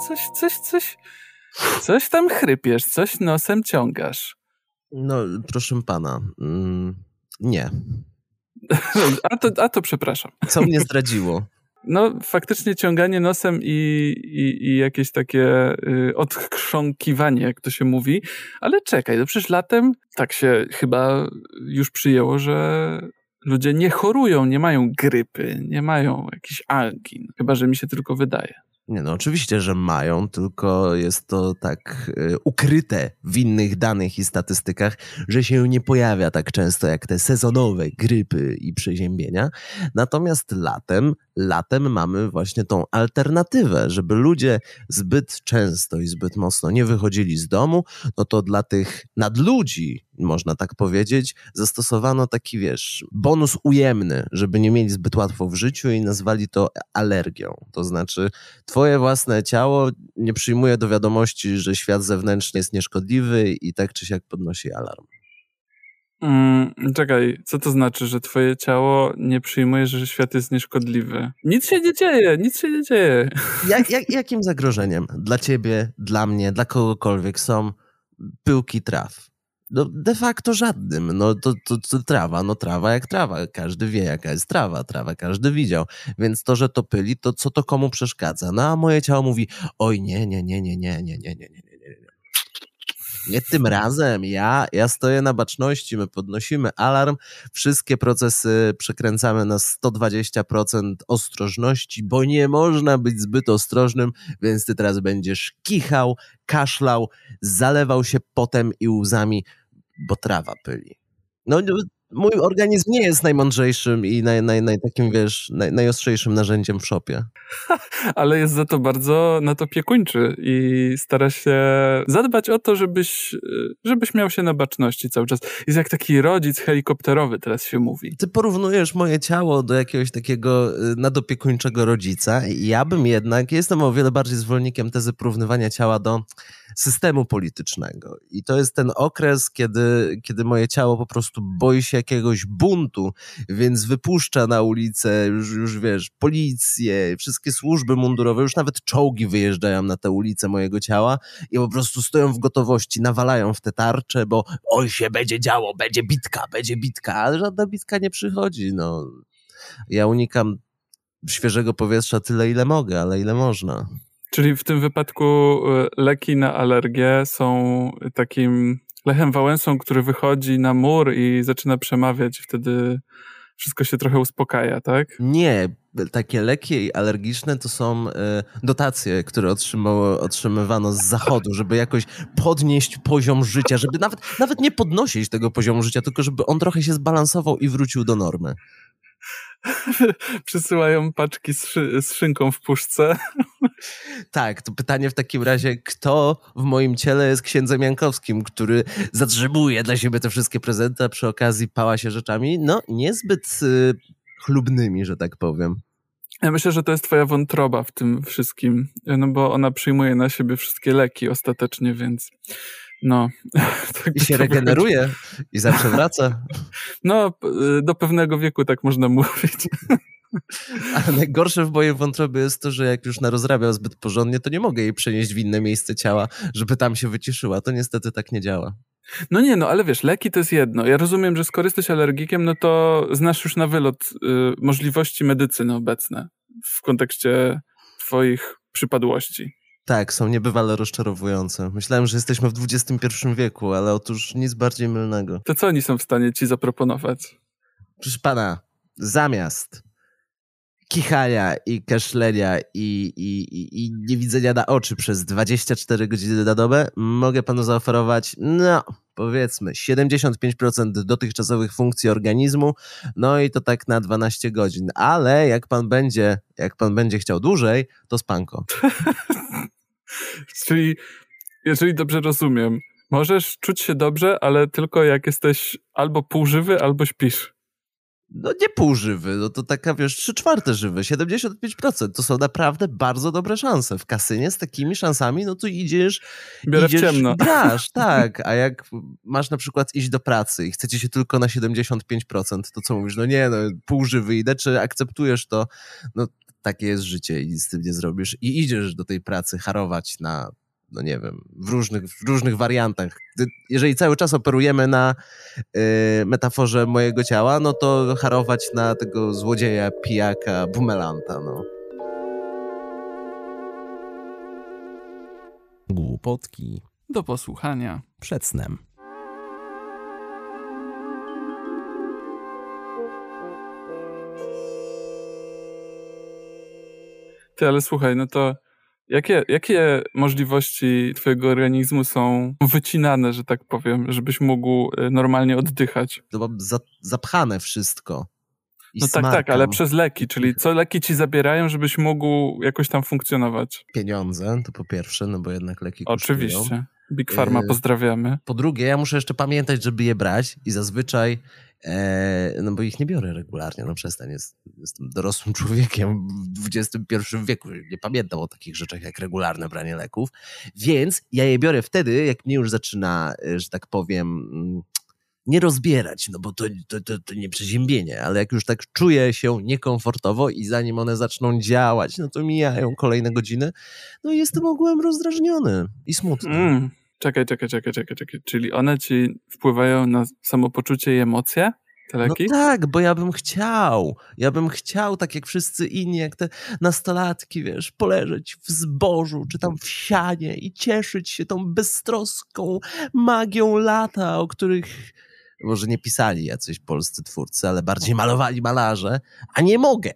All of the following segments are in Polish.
Coś tam chrypiesz, coś nosem ciągasz. No, proszę pana, nie. A to przepraszam. Co mnie zdradziło? No, faktycznie ciąganie nosem i jakieś takie odchrząkiwanie, jak to się mówi. Ale czekaj, no przecież latem tak się chyba już przyjęło, że ludzie nie chorują, nie mają grypy, nie mają jakichś angin. Chyba, że mi się tylko wydaje. Nie, no oczywiście, że mają, tylko jest to tak ukryte w innych danych i statystykach, że się nie pojawia tak często jak te sezonowe grypy i przeziębienia. Natomiast latem mamy właśnie tą alternatywę, żeby ludzie zbyt często i zbyt mocno nie wychodzili z domu, no to dla tych nadludzi, można tak powiedzieć, zastosowano taki, bonus ujemny, żeby nie mieli zbyt łatwo w życiu i nazwali to alergią. To znaczy twoje własne ciało nie przyjmuje do wiadomości, że świat zewnętrzny jest nieszkodliwy i tak czy siak podnosi alarm. Czekaj, co to znaczy, że twoje ciało nie przyjmuje, że świat jest nieszkodliwy? Nic się nie dzieje. Jakim zagrożeniem dla ciebie, dla mnie, dla kogokolwiek są pyłki traw? No de facto żadnym. No to trawa, no trawa jak trawa. Każdy wie, jaka jest trawa każdy widział. Więc to, że to pyli, to co to komu przeszkadza? No a moje ciało mówi, oj nie. Nie tym razem, ja stoję na baczności, my podnosimy alarm, wszystkie procesy przekręcamy na 120% ostrożności, bo nie można być zbyt ostrożnym, więc ty teraz będziesz kichał, kaszlał, zalewał się potem i łzami, bo trawa pyli. No, mój organizm nie jest najmądrzejszym i takim, najostrzejszym narzędziem w szopie. Ale jest za to bardzo na to piekuńczy i stara się zadbać o to, żebyś miał się na baczności cały czas. Jest jak taki rodzic helikopterowy, teraz się mówi. Ty porównujesz moje ciało do jakiegoś takiego nadopiekuńczego rodzica i ja bym jednak, jestem o wiele bardziej zwolennikiem tezy porównywania ciała do systemu politycznego. I to jest ten okres, kiedy moje ciało po prostu boi się jakiegoś buntu, więc wypuszcza na ulicę już policję, wszystkie służby mundurowe, już nawet czołgi wyjeżdżają na tę ulicę mojego ciała i po prostu stoją w gotowości, nawalają w te tarcze, bo oj się będzie działo, będzie bitka, ale żadna bitka nie przychodzi. No. Ja unikam świeżego powietrza tyle, ile mogę, ale ile można. Czyli w tym wypadku leki na alergię są takim Lechem Wałęsą, który wychodzi na mur i zaczyna przemawiać, wtedy wszystko się trochę uspokaja, tak? Nie, takie leki alergiczne to są dotacje, które otrzymywano z zachodu, żeby jakoś podnieść poziom życia, żeby nawet nie podnosić tego poziomu życia, tylko żeby on trochę się zbalansował i wrócił do normy. Przysyłają paczki z szynką w puszce. Tak, to pytanie w takim razie, kto w moim ciele jest księdzem Jankowskim, który zatrzymuje dla siebie te wszystkie prezenty, a przy okazji pała się rzeczami, no niezbyt chlubnymi, że tak powiem. Ja myślę, że to jest twoja wątroba w tym wszystkim, no bo ona przyjmuje na siebie wszystkie leki ostatecznie, więc no. Tak i się regeneruje i zawsze wraca. No, do pewnego wieku tak można mówić. Ale najgorsze w mojej wątrobie jest to, że jak już narozrabiał zbyt porządnie, to nie mogę jej przenieść w inne miejsce ciała, żeby tam się wyciszyła. To niestety tak nie działa. No nie, no ale wiesz, leki to jest jedno. Ja rozumiem, że skoro jesteś alergikiem, no to znasz już na wylot możliwości medycyny obecne w kontekście twoich przypadłości. Tak, są niebywale rozczarowujące. Myślałem, że jesteśmy w XXI wieku, ale otóż nic bardziej mylnego. To co oni są w stanie ci zaproponować? Proszę pana, zamiast kichania i kaszlenia i niewidzenia na oczy przez 24 godziny na dobę, mogę panu zaoferować, no powiedzmy 75% dotychczasowych funkcji organizmu, no i to tak na 12 godzin, ale jak pan będzie chciał dłużej, to spanko. Czyli, jeżeli dobrze rozumiem, możesz czuć się dobrze, ale tylko jak jesteś albo półżywy, albo śpisz. No nie półżywy, no to taka 3/4 żywy, 75%. To są naprawdę bardzo dobre szanse. W kasynie z takimi szansami, no to idziesz w ciemno. Grasz, tak. A jak masz na przykład iść do pracy i chcecie się tylko na 75%, to co mówisz? No nie, no półżywy idę, czy akceptujesz to? No takie jest życie i z tym nie zrobisz. I idziesz do tej pracy harować na, no nie wiem, w różnych wariantach. Jeżeli cały czas operujemy na metaforze mojego ciała, no to harować na tego złodzieja, pijaka, bumelanta, no. Głupotki Do posłuchania przed snem. Ty, ale słuchaj, no to jakie możliwości twojego organizmu są wycinane, że tak powiem, żebyś mógł normalnie oddychać? To mam zapchane wszystko. I no smarkam. tak, ale przez leki, czyli co leki ci zabierają, żebyś mógł jakoś tam funkcjonować? Pieniądze, to po pierwsze, no bo jednak leki kosztują. Oczywiście. Big Pharma pozdrawiamy. Po drugie, ja muszę jeszcze pamiętać, żeby je brać i zazwyczaj, no bo ich nie biorę regularnie, no przestań, jestem dorosłym człowiekiem w XXI wieku, nie pamiętam o takich rzeczach jak regularne branie leków, więc ja je biorę wtedy, jak mnie już zaczyna, że tak powiem, nie rozbierać, no bo to nie przeziębienie, ale jak już tak czuję się niekomfortowo i zanim one zaczną działać, no to mijają kolejne godziny, no i jestem ogółem rozdrażniony i smutny. Czekaj. Czyli one ci wpływają na samopoczucie i emocje? Te leki? No tak, bo ja bym chciał, tak jak wszyscy inni, jak te nastolatki, wiesz, poleżeć w zbożu, czy tam w sianie i cieszyć się tą beztroską magią lata, o których może nie pisali jacyś polscy twórcy, ale bardziej malowali malarze, a nie mogę.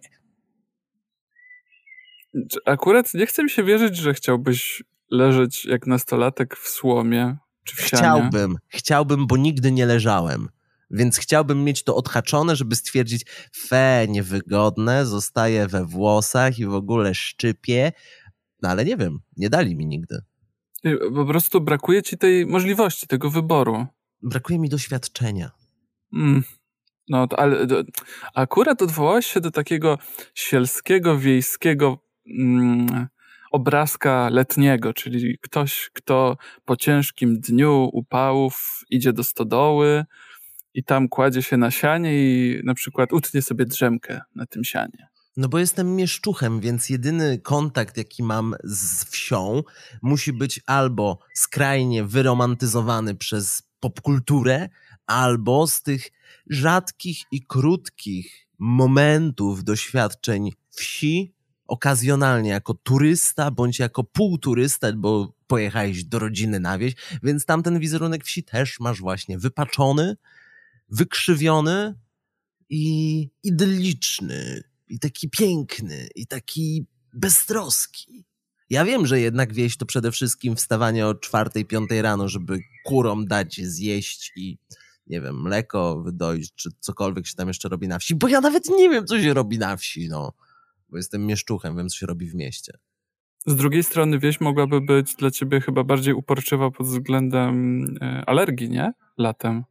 Akurat nie chce mi się wierzyć, że chciałbyś leżeć jak nastolatek w słomie czy w sianie. Chciałbym, bo nigdy nie leżałem. Więc chciałbym mieć to odhaczone, żeby stwierdzić, niewygodne, zostaje we włosach i w ogóle szczypie. No ale nie wiem, nie dali mi nigdy. Po prostu brakuje ci tej możliwości, tego wyboru. Brakuje mi doświadczenia. No, ale akurat odwołałeś się do takiego sielskiego, wiejskiego obrazka letniego, czyli ktoś, kto po ciężkim dniu upałów idzie do stodoły i tam kładzie się na sianie i na przykład utnie sobie drzemkę na tym sianie. No bo jestem mieszczuchem, więc jedyny kontakt, jaki mam z wsią, musi być albo skrajnie wyromantyzowany przez popkulturę, albo z tych rzadkich i krótkich momentów doświadczeń wsi, okazjonalnie jako turysta, bądź jako półturysta, bo pojechałeś do rodziny na wieś, więc tamten wizerunek wsi też masz właśnie wypaczony, wykrzywiony i idylliczny, i taki piękny, i taki beztroski. Ja wiem, że jednak wieś to przede wszystkim wstawanie o 4-5 rano, żeby kurom dać zjeść i nie wiem, mleko wydoić, czy cokolwiek się tam jeszcze robi na wsi, bo ja nawet nie wiem, co się robi na wsi, no. Bo jestem mieszczuchem, wiem, co się robi w mieście. Z drugiej strony wieś mogłaby być dla ciebie chyba bardziej uporczywa pod względem alergii, nie? Latem.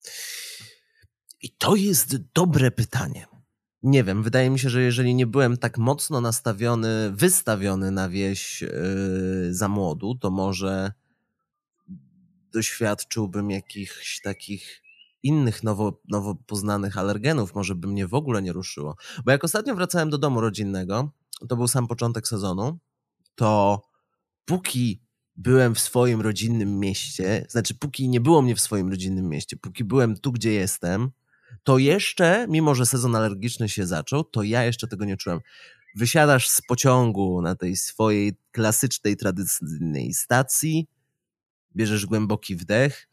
I to jest dobre pytanie. Nie wiem, wydaje mi się, że jeżeli nie byłem tak mocno wystawiony na wieś za młodu, to może doświadczyłbym jakichś takich innych nowo poznanych alergenów, może by mnie w ogóle nie ruszyło. Bo jak ostatnio wracałem do domu rodzinnego, to był sam początek sezonu, to póki byłem w swoim rodzinnym mieście, znaczy póki nie było mnie w swoim rodzinnym mieście, póki byłem tu, gdzie jestem, to jeszcze, mimo że sezon alergiczny się zaczął, to ja jeszcze tego nie czułem. Wysiadasz z pociągu na tej swojej klasycznej, tradycyjnej stacji, bierzesz głęboki wdech,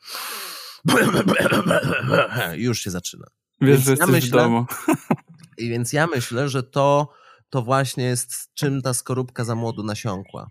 już się zaczyna. Wiesz, że jesteś w domu. I więc ja myślę, że to właśnie jest czym ta skorupka za młodu nasiąkła.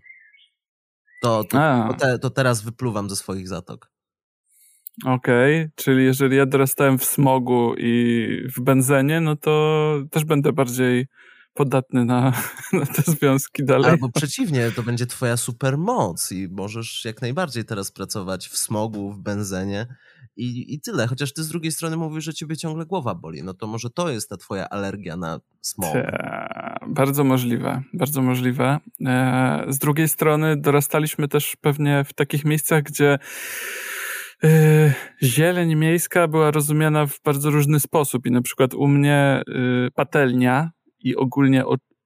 To teraz wypluwam ze swoich zatok. Okej, czyli jeżeli ja dorastałem w smogu i w benzenie, no to też będę bardziej podatny na te związki dalej. Albo przeciwnie, to będzie twoja supermoc i możesz jak najbardziej teraz pracować w smogu, w benzenie i tyle. Chociaż ty z drugiej strony mówisz, że ciebie ciągle głowa boli. No to może to jest ta twoja alergia na smog. Bardzo możliwe, bardzo możliwe. Z drugiej strony dorastaliśmy też pewnie w takich miejscach, gdzie zieleń miejska była rozumiana w bardzo różny sposób i na przykład u mnie patelnia i ogólnie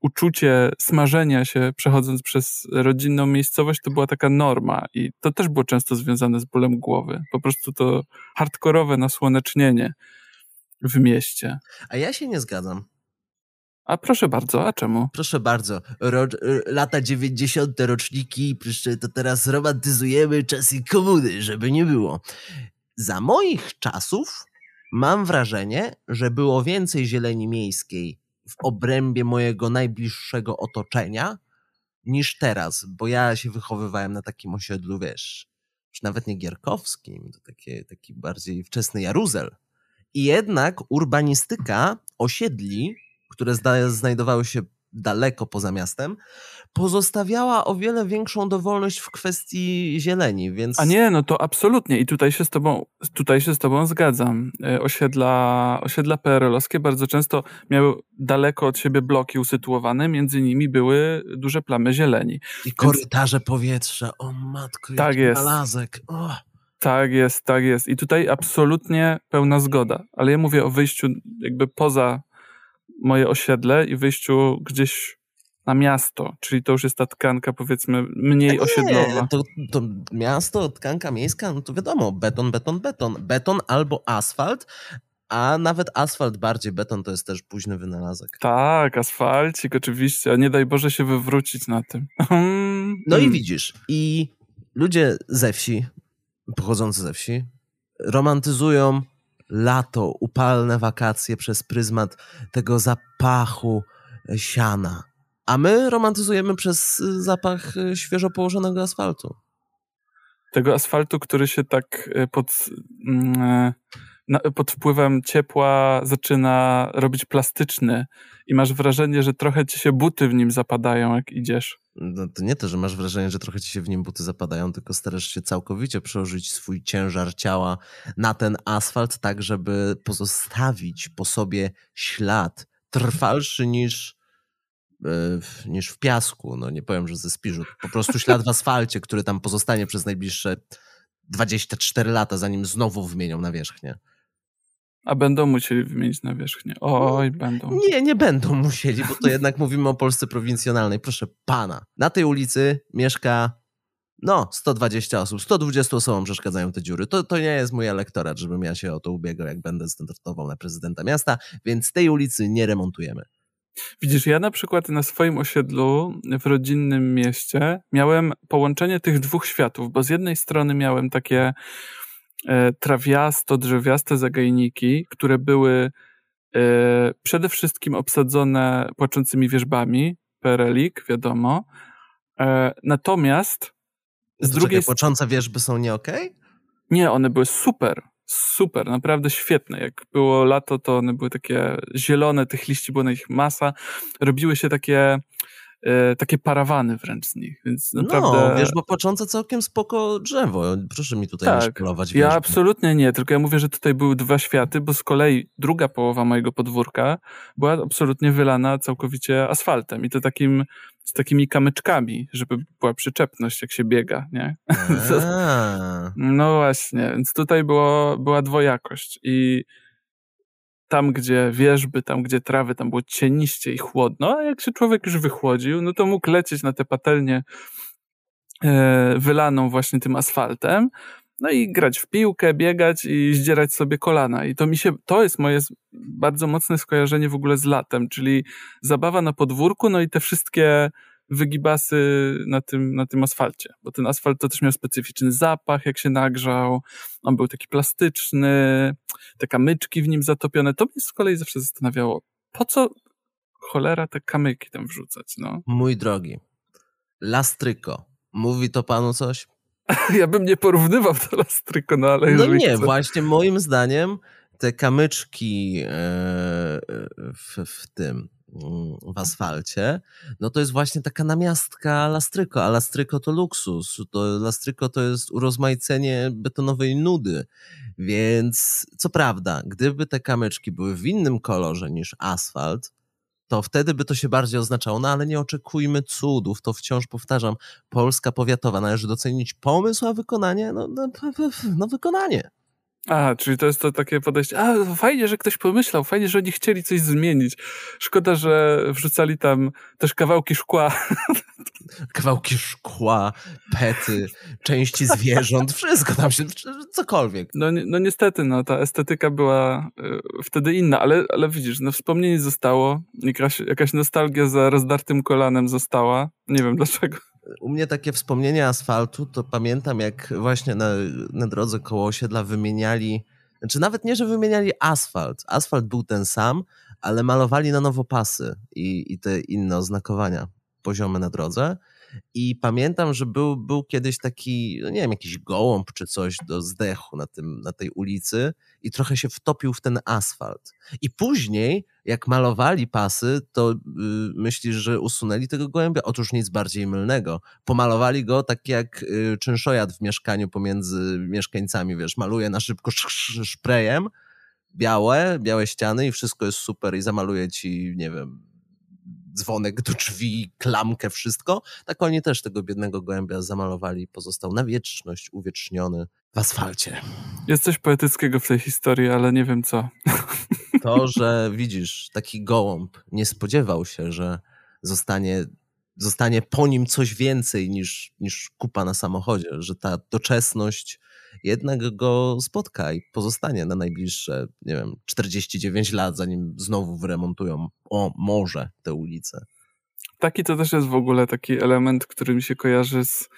uczucie smażenia się przechodząc przez rodzinną miejscowość to była taka norma i to też było często związane z bólem głowy. Po prostu to hardkorowe nasłonecznienie w mieście. A ja się nie zgadzam. A proszę bardzo, a czemu? Proszę bardzo, lata 90. roczniki, proszę, to teraz romantyzujemy czasy komuny, żeby nie było. Za moich czasów mam wrażenie, że było więcej zieleni miejskiej w obrębie mojego najbliższego otoczenia niż teraz, bo ja się wychowywałem na takim osiedlu, wiesz, już nawet nie gierkowskim, to taki bardziej wczesny Jaruzel. I jednak urbanistyka osiedli, które znajdowały się daleko poza miastem, pozostawiała o wiele większą dowolność w kwestii zieleni, więc... A nie, no to absolutnie i tutaj się z tobą zgadzam. Osiedla PRL-owskie bardzo często miały daleko od siebie bloki usytuowane, między nimi były duże plamy zieleni. I korytarze powietrza, o matko, tak jaki jest. malazek. Oh. Tak jest. I tutaj absolutnie pełna zgoda. Ale ja mówię o wyjściu jakby poza moje osiedle i wyjściu gdzieś na miasto, czyli to już jest ta tkanka powiedzmy mniej osiedlowa. To miasto, tkanka miejska, no to wiadomo, beton albo asfalt, a nawet asfalt bardziej, beton to jest też późny wynalazek. Tak, asfalcik oczywiście, a nie daj Boże się wywrócić na tym. No i widzisz, i ludzie ze wsi, pochodzący ze wsi, romantyzują lato, upalne wakacje przez pryzmat tego zapachu siana. A my romantyzujemy przez zapach świeżo położonego asfaltu. Tego asfaltu, który się tak pod wpływem ciepła zaczyna robić plastyczny i masz wrażenie, że trochę ci się buty w nim zapadają, jak idziesz. No to nie to, że masz wrażenie, że trochę ci się w nim buty zapadają, tylko starasz się całkowicie przełożyć swój ciężar ciała na ten asfalt, tak żeby pozostawić po sobie ślad trwalszy niż w piasku. No nie powiem, że ze spiżu. Po prostu ślad w asfalcie, który tam pozostanie przez najbliższe 24 lata, zanim znowu wymienią nawierzchnię. A będą musieli wymienić nawierzchnię. Oj, będą. Nie będą musieli, bo to jednak mówimy o Polsce prowincjonalnej. Proszę pana, na tej ulicy mieszka 120 osób. 120 osobom przeszkadzają te dziury. To nie jest mój elektorat, żebym ja się o to ubiegał, jak będę startował na prezydenta miasta, więc tej ulicy nie remontujemy. Widzisz, ja na przykład na swoim osiedlu w rodzinnym mieście miałem połączenie tych dwóch światów, bo z jednej strony miałem takie trawiasto-drzewiaste zagajniki, które były przede wszystkim obsadzone płaczącymi wierzbami, PRL-ik, wiadomo. Natomiast z drugiej strony... Płaczące wierzby są nie okej? Nie, one były super, naprawdę świetne. Jak było lato, to one były takie zielone, tych liści było na ich masa. Robiły się takie parawany wręcz z nich, więc naprawdę... No, wierzba płacząca całkiem spoko drzewo. Proszę mi tutaj nie szkolować wierzby. Ja absolutnie nie, tylko ja mówię, że tutaj były dwa światy, bo z kolei druga połowa mojego podwórka była absolutnie wylana całkowicie asfaltem i to z takimi kamyczkami, żeby była przyczepność, jak się biega, nie? No właśnie, więc tutaj była dwojakość i tam, gdzie wierzby, tam, gdzie trawy, tam było cieniście i chłodno, a jak się człowiek już wychłodził, no to mógł lecieć na tę patelnię wylaną właśnie tym asfaltem, no i grać w piłkę, biegać i zdzierać sobie kolana. I to jest moje bardzo mocne skojarzenie w ogóle z latem, czyli zabawa na podwórku, no i te wszystkie wygibasy na tym asfalcie, bo ten asfalt to też miał specyficzny zapach, jak się nagrzał, on był taki plastyczny, te kamyczki w nim zatopione. To mnie z kolei zawsze zastanawiało, po co cholera te kamyki tam wrzucać, no? Mój drogi, lastryko, mówi to panu coś? Ja bym nie porównywał do lastryko, no ale... No nie, właśnie moim zdaniem te kamyczki w asfalcie, no to jest właśnie taka namiastka lastryko, a lastryko to luksus, lastryko to jest urozmaicenie betonowej nudy, więc co prawda, gdyby te kamyczki były w innym kolorze niż asfalt, to wtedy by to się bardziej oznaczało, no ale nie oczekujmy cudów, to wciąż powtarzam, Polska powiatowa, należy docenić pomysł, a wykonanie, no wykonanie. Czyli to jest to takie podejście, fajnie, że ktoś pomyślał, fajnie, że oni chcieli coś zmienić. Szkoda, że wrzucali tam też kawałki szkła. Kawałki szkła, pety, części zwierząt, wszystko tam się, cokolwiek. No niestety, ta estetyka była wtedy inna, ale widzisz, wspomnienie zostało, jakaś nostalgia za rozdartym kolanem została, nie wiem dlaczego. U mnie takie wspomnienie asfaltu, to pamiętam jak właśnie na drodze koło osiedla wymieniali, znaczy nawet nie, że wymieniali asfalt. Asfalt był ten sam, ale malowali na nowo pasy i te inne oznakowania poziome na drodze. I pamiętam, że był kiedyś taki, nie wiem, jakiś gołąb czy coś do zdechu na tej ulicy i trochę się wtopił w ten asfalt. I później, jak malowali pasy, to myślisz, że usunęli tego gołębia? Otóż nic bardziej mylnego. Pomalowali go tak jak czynszojad w mieszkaniu pomiędzy mieszkańcami, wiesz, maluje na szybko szprejem, białe ściany i wszystko jest super i zamaluje ci, nie wiem, dzwonek do drzwi, klamkę, wszystko. Tak oni też tego biednego gołębia zamalowali i pozostał na wieczność uwieczniony w asfalcie. Jest coś poetyckiego w tej historii, ale nie wiem co. To, że widzisz, taki gołąb nie spodziewał się, że zostanie po nim coś więcej niż kupa na samochodzie, że ta doczesność jednak go spotka i pozostanie na najbliższe, nie wiem, 49 lat, zanim znowu wyremontują może te ulice. Taki to też jest w ogóle taki element, który mi się kojarzy z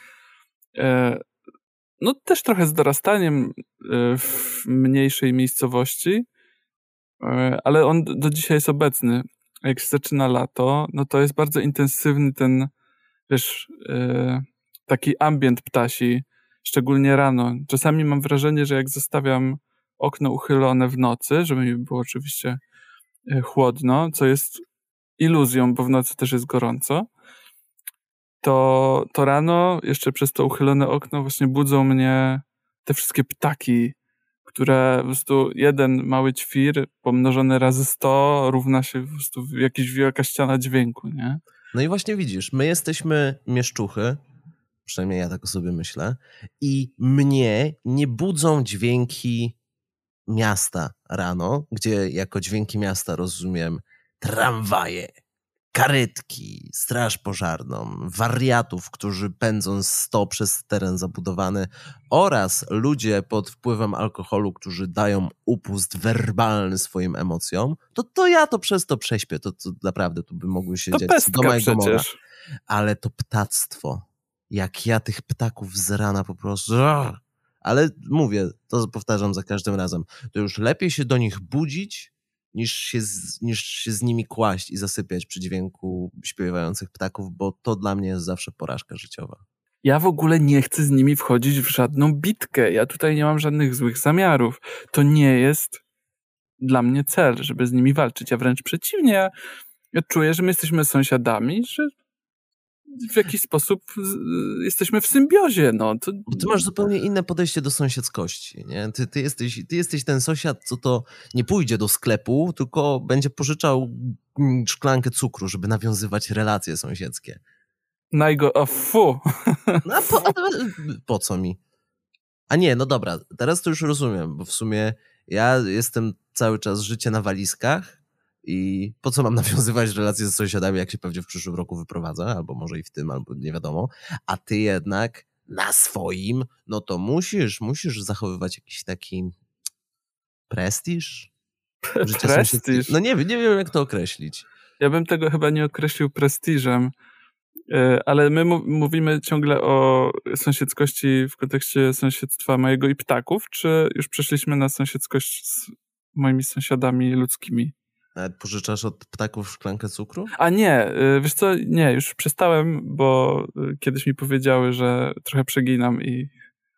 też trochę z dorastaniem w mniejszej miejscowości, ale on do dzisiaj jest obecny. Jak się zaczyna lato, no to jest bardzo intensywny ten, wiesz, taki ambient ptasi, szczególnie rano. Czasami mam wrażenie, że jak zostawiam okno uchylone w nocy, żeby mi było oczywiście chłodno, co jest iluzją, bo w nocy też jest gorąco, to rano jeszcze przez to uchylone okno właśnie budzą mnie te wszystkie ptaki, które po prostu jeden mały ćwir pomnożony razy 100 równa się po prostu jakaś wielka ściana dźwięku, nie? No i właśnie widzisz, my jesteśmy mieszczuchy, przynajmniej ja tak o sobie myślę, i mnie nie budzą dźwięki miasta rano, gdzie jako dźwięki miasta rozumiem tramwaje, karetki, straż pożarną, wariatów, którzy pędzą 100 przez teren zabudowany oraz ludzie pod wpływem alkoholu, którzy dają upust werbalny swoim emocjom, to ja to przez to prześpię, to naprawdę tu by mogły się dziać pestka do mojego mora. Ale to ptactwo, jak ja tych ptaków z rana po prostu... Ale mówię, to powtarzam za każdym razem, to już lepiej się do nich budzić, niż się z nimi kłaść i zasypiać przy dźwięku śpiewających ptaków, bo to dla mnie jest zawsze porażka życiowa. Ja w ogóle nie chcę z nimi wchodzić w żadną bitkę. Ja tutaj nie mam żadnych złych zamiarów. To nie jest dla mnie cel, żeby z nimi walczyć. Ja wręcz przeciwnie. Ja czuję, że my jesteśmy sąsiadami, że w jakiś sposób jesteśmy w symbiozie. Bo ty masz zupełnie inne podejście do sąsiedzkości, nie? Ty jesteś ten sąsiad, co to nie pójdzie do sklepu, tylko będzie pożyczał szklankę cukru, żeby nawiązywać relacje sąsiedzkie. Fu! No a po co mi? A nie, no dobra, teraz to już rozumiem, bo w sumie ja jestem cały czas życie na walizkach, i po co mam nawiązywać relacje z sąsiadami, jak się pewnie w przyszłym roku wyprowadzę, albo może i w tym, albo nie wiadomo, a ty jednak na swoim, no to musisz zachowywać jakiś taki prestiż? Prestiż? No nie wiem, jak to określić. Ja bym tego chyba nie określił prestiżem, ale my mówimy ciągle o sąsiedzkości w kontekście sąsiedztwa mojego i ptaków, czy już przeszliśmy na sąsiedzkość z moimi sąsiadami ludzkimi? Nawet pożyczasz od ptaków szklankę cukru? A nie, wiesz co, nie, już przestałem, bo kiedyś mi powiedziały, że trochę przeginam i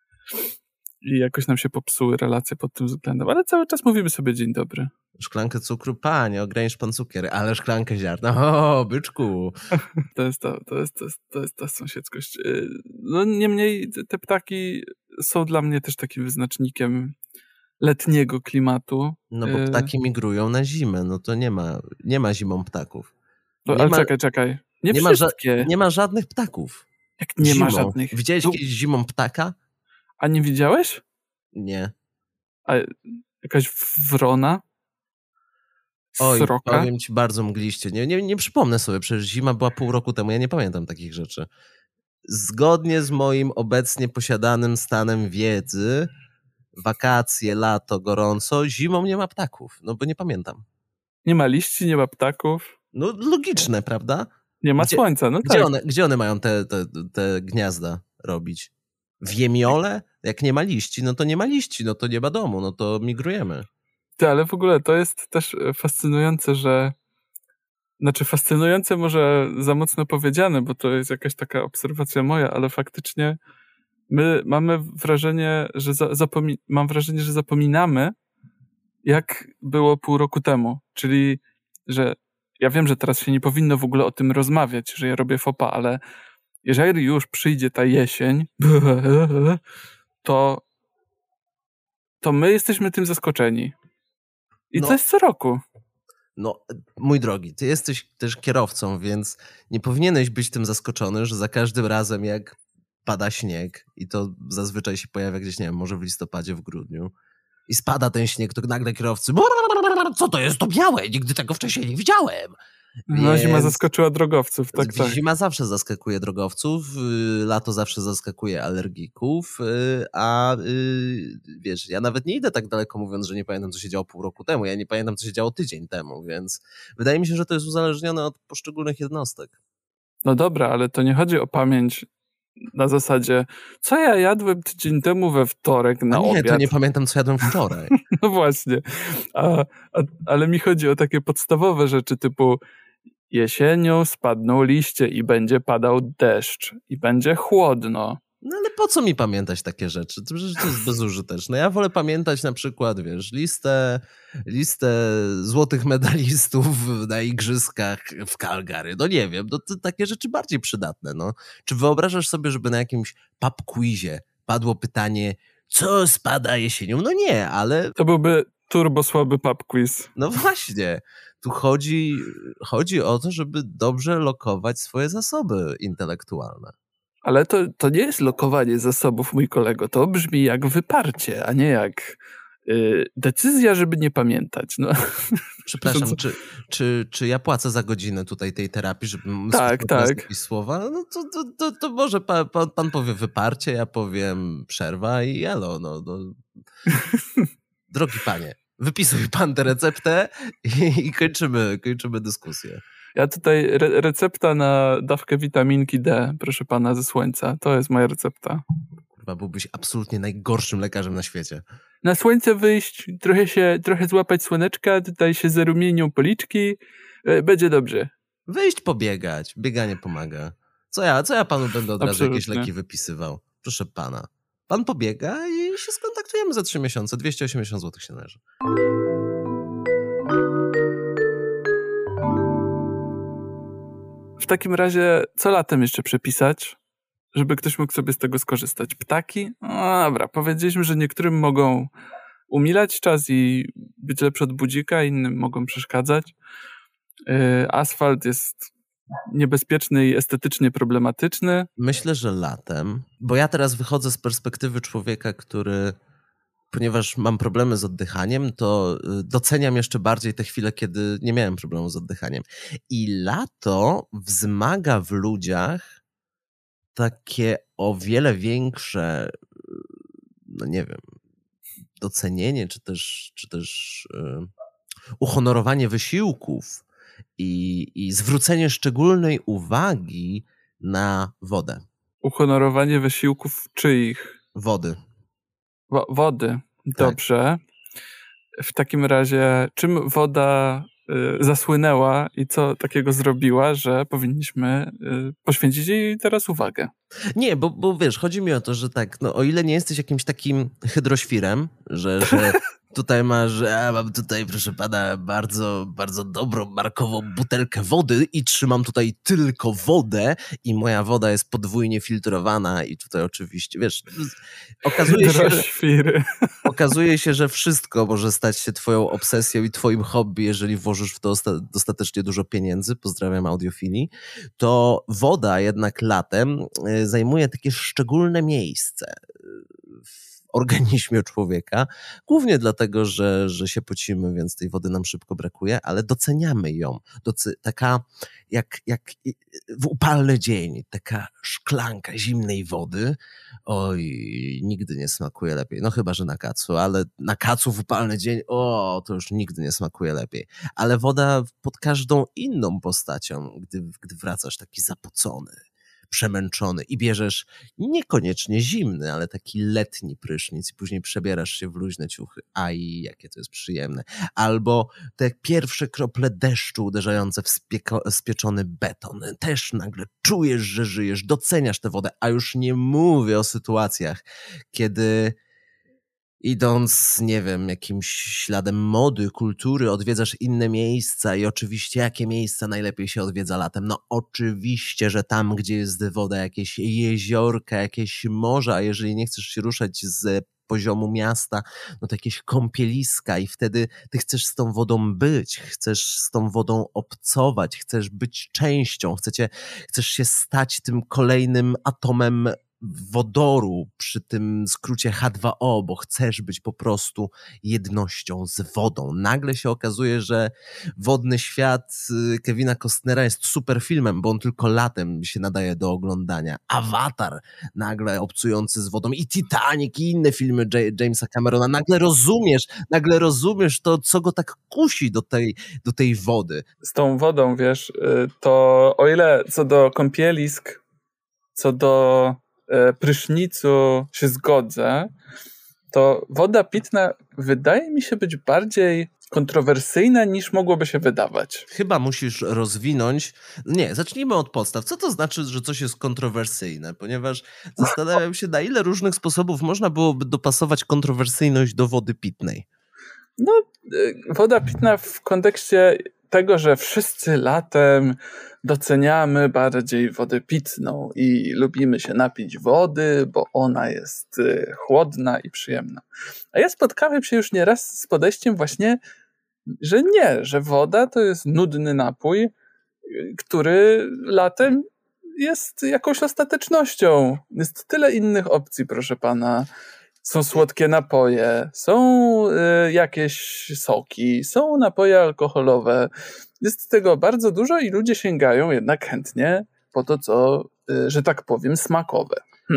jakoś nam się popsuły relacje pod tym względem, ale cały czas mówimy sobie dzień dobry. Szklankę cukru? Panie, ogranicz pan cukier, ale szklankę ziarna. O, byczku! To jest ta sąsiedzkość. No niemniej te ptaki są dla mnie też takim wyznacznikiem letniego klimatu. No bo ptaki migrują na zimę, no to nie ma zimą ptaków. Czekaj. Nie ma żadnych ptaków. Jak nie ma żadnych? Widziałeś kiedyś zimą ptaka? A nie widziałeś? Nie. A jakaś wrona? Oj, Sroka? powiem ci bardzo mgliście. Nie przypomnę sobie, przecież zima była pół roku temu, ja nie pamiętam takich rzeczy. Zgodnie z moim obecnie posiadanym stanem wiedzy, wakacje, lato, gorąco, zimą nie ma ptaków, no bo nie pamiętam. Nie ma liści, nie ma ptaków, No logiczne, prawda? nie ma słońca, no tak. Gdzie one mają te gniazda robić? W jemiole? Jak nie ma liści, no to nie ma liści, no to nie ma domu, no to migrujemy. Ale w ogóle to jest też fascynujące, że fascynujące może za mocno powiedziane, bo to jest jakaś taka obserwacja moja, ale faktycznie my mamy wrażenie, że mam wrażenie, że zapominamy, jak było pół roku temu. Czyli, że ja wiem, że teraz się nie powinno w ogóle o tym rozmawiać, że ja robię faux pas, ale jeżeli już przyjdzie ta jesień, to my jesteśmy tym zaskoczeni. I to jest co roku. No, mój drogi, ty jesteś też kierowcą, więc nie powinieneś być tym zaskoczony, że za każdym razem jak pada śnieg i to zazwyczaj się pojawia gdzieś, nie wiem, może w listopadzie, w grudniu i spada ten śnieg, to nagle kierowcy co to jest to białe? Nigdy tego wcześniej nie widziałem. No, zima zaskoczyła drogowców, tak. Zima zawsze zaskakuje drogowców, lato zawsze zaskakuje alergików, a wiesz, ja nawet nie idę tak daleko mówiąc, że nie pamiętam, co się działo pół roku temu, ja nie pamiętam, co się działo tydzień temu, więc wydaje mi się, że to jest uzależnione od poszczególnych jednostek. No dobra, ale to nie chodzi o pamięć na zasadzie, co ja jadłem tydzień temu we wtorek na obiad. Nie, to nie pamiętam, co jadłem wczoraj. No właśnie, ale mi chodzi o takie podstawowe rzeczy typu jesienią spadną liście i będzie padał deszcz i będzie chłodno. No ale po co mi pamiętać takie rzeczy? To przecież to jest bezużyteczne. Ja wolę pamiętać na przykład, wiesz, listę złotych medalistów na igrzyskach w Calgary. No nie wiem, to takie rzeczy bardziej przydatne. No. Czy wyobrażasz sobie, żeby na jakimś pub quizie padło pytanie, co spada jesienią? No nie, ale... To byłby turbo słaby pub quiz. No właśnie. Tu chodzi o to, żeby dobrze lokować swoje zasoby intelektualne. Ale to nie jest lokowanie zasobów, mój kolego. To brzmi jak wyparcie, a nie jak decyzja, żeby nie pamiętać. No. Przepraszam, czy ja płacę za godzinę tutaj tej terapii, żebym tak. jakieś słowa? No to może pan powie wyparcie, ja powiem przerwa i elo. No. Drogi panie, wypisuj pan tę receptę i kończymy dyskusję. Ja tutaj recepta na dawkę witaminki D, proszę pana, ze słońca. To jest moja recepta. Kurwa, byłbyś absolutnie najgorszym lekarzem na świecie. Na słońce wyjść, trochę złapać słoneczka, tutaj się zarumienią policzki, będzie dobrze. Wyjść pobiegać, bieganie pomaga. Co ja panu będę od razu jakieś leki wypisywał? Proszę pana. Pan pobiega i się skontaktujemy za 3 miesiące. 280 zł się należy. W takim razie, co latem jeszcze przepisać, żeby ktoś mógł sobie z tego skorzystać? Ptaki? No dobra, powiedzieliśmy, że niektórym mogą umilać czas i być lepszy od budzika, innym mogą przeszkadzać. Asfalt jest niebezpieczny i estetycznie problematyczny. Myślę, że latem, bo ja teraz wychodzę z perspektywy człowieka, który, ponieważ mam problemy z oddychaniem, to doceniam jeszcze bardziej te chwile, kiedy nie miałem problemu z oddychaniem. I lato wzmaga w ludziach takie o wiele większe, no nie wiem, docenienie, czy też uhonorowanie wysiłków i zwrócenie szczególnej uwagi na wodę. Uhonorowanie wysiłków czyich? Wody. Wody. Dobrze. Tak. W takim razie, czym woda zasłynęła i co takiego zrobiła, że powinniśmy poświęcić jej teraz uwagę? Nie, bo wiesz, chodzi mi o to, że tak, no o ile nie jesteś jakimś takim hydroświrem, że tutaj mam tutaj, proszę pana, bardzo, bardzo dobrą markową butelkę wody i trzymam tutaj tylko wodę i moja woda jest podwójnie filtrowana i tutaj oczywiście, wiesz, okazuje się, że wszystko może stać się twoją obsesją i twoim hobby, jeżeli włożysz w to dostatecznie dużo pieniędzy, pozdrawiam Audiofilii, to woda jednak latem zajmuje takie szczególne miejsce w organizmie człowieka, głównie dlatego, że się pocimy, więc tej wody nam szybko brakuje, ale doceniamy ją. Taka jak w upalny dzień, taka szklanka zimnej wody, oj, nigdy nie smakuje lepiej. No chyba, że na kacu, ale na kacu w upalny dzień, to już nigdy nie smakuje lepiej. Ale woda pod każdą inną postacią, gdy wracasz taki zapocony, przemęczony i bierzesz niekoniecznie zimny, ale taki letni prysznic i później przebierasz się w luźne ciuchy. Aj, jakie to jest przyjemne. Albo te pierwsze krople deszczu uderzające w spieczony beton. Też nagle czujesz, że żyjesz, doceniasz tę wodę, a już nie mówię o sytuacjach, kiedy idąc, nie wiem, jakimś śladem mody, kultury, odwiedzasz inne miejsca i oczywiście jakie miejsca najlepiej się odwiedza latem? No oczywiście, że tam, gdzie jest woda, jakieś jeziorka, jakieś morza, a jeżeli nie chcesz się ruszać z poziomu miasta, no to jakieś kąpieliska i wtedy ty chcesz z tą wodą być, chcesz z tą wodą obcować, chcesz być częścią, chcesz się stać tym kolejnym atomem wodoru przy tym skrócie H2O, bo chcesz być po prostu jednością z wodą. Nagle się okazuje, że Wodny świat Kevina Costnera jest super filmem, bo on tylko latem się nadaje do oglądania. Avatar, nagle obcujący z wodą, i Titanic, i inne filmy Jamesa Camerona. Nagle rozumiesz to, co go tak kusi do tej wody. Z tą wodą, wiesz, to o ile co do kąpielisk, co do prysznicu się zgodzę, to woda pitna wydaje mi się być bardziej kontrowersyjna niż mogłoby się wydawać. Chyba musisz rozwinąć. Nie, zacznijmy od podstaw. Co to znaczy, że coś jest kontrowersyjne? Ponieważ zastanawiam się, na ile różnych sposobów można byłoby dopasować kontrowersyjność do wody pitnej. No, woda pitna w kontekście tego, że wszyscy latem doceniamy bardziej wodę pitną i lubimy się napić wody, bo ona jest chłodna i przyjemna. A ja spotkałem się już nieraz z podejściem właśnie, że nie, że woda to jest nudny napój, który latem jest jakąś ostatecznością. Jest tyle innych opcji, proszę pana. Są słodkie napoje, są jakieś soki, są napoje alkoholowe. Jest tego bardzo dużo i ludzie sięgają jednak chętnie po to, co, że tak powiem, smakowe.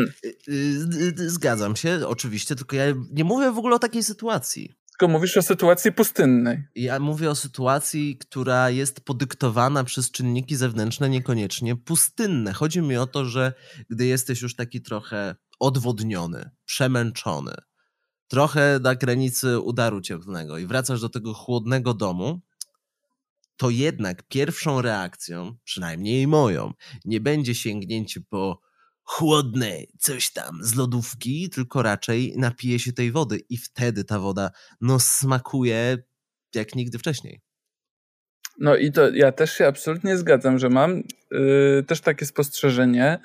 Zgadzam się, oczywiście, tylko ja nie mówię w ogóle o takiej sytuacji. Tylko mówisz o sytuacji pustynnej. Ja mówię o sytuacji, która jest podyktowana przez czynniki zewnętrzne, niekoniecznie pustynne. Chodzi mi o to, że gdy jesteś już taki trochę odwodniony, przemęczony, trochę na granicy udaru cieplnego i wracasz do tego chłodnego domu, to jednak pierwszą reakcją, przynajmniej moją, nie będzie sięgnięcie po chłodne coś tam z lodówki, tylko raczej napije się tej wody i wtedy ta woda smakuje jak nigdy wcześniej. No i to ja też się absolutnie zgadzam, że mam też takie spostrzeżenie,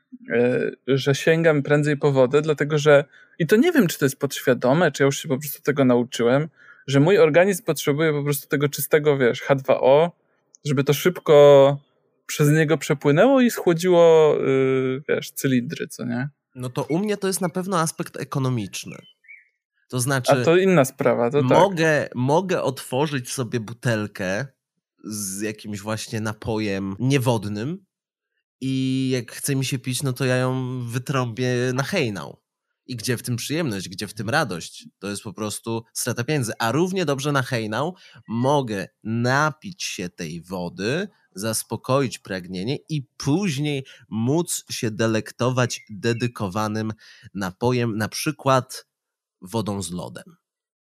że sięgam prędzej po wodę, dlatego że, i to nie wiem, czy to jest podświadome, czy ja już się po prostu tego nauczyłem, że mój organizm potrzebuje po prostu tego czystego, wiesz, H2O, żeby to szybko przez niego przepłynęło i schłodziło, wiesz, cylindry, co nie? No to u mnie to jest na pewno aspekt ekonomiczny. To znaczy... A to inna sprawa, to mogę otworzyć sobie butelkę z jakimś właśnie napojem niewodnym i jak chce mi się pić, no to ja ją wytrąbię na hejnał. I gdzie w tym przyjemność, gdzie w tym radość? To jest po prostu strata pieniędzy. A równie dobrze na hejnał mogę napić się tej wody, zaspokoić pragnienie i później móc się delektować dedykowanym napojem, na przykład wodą z lodem.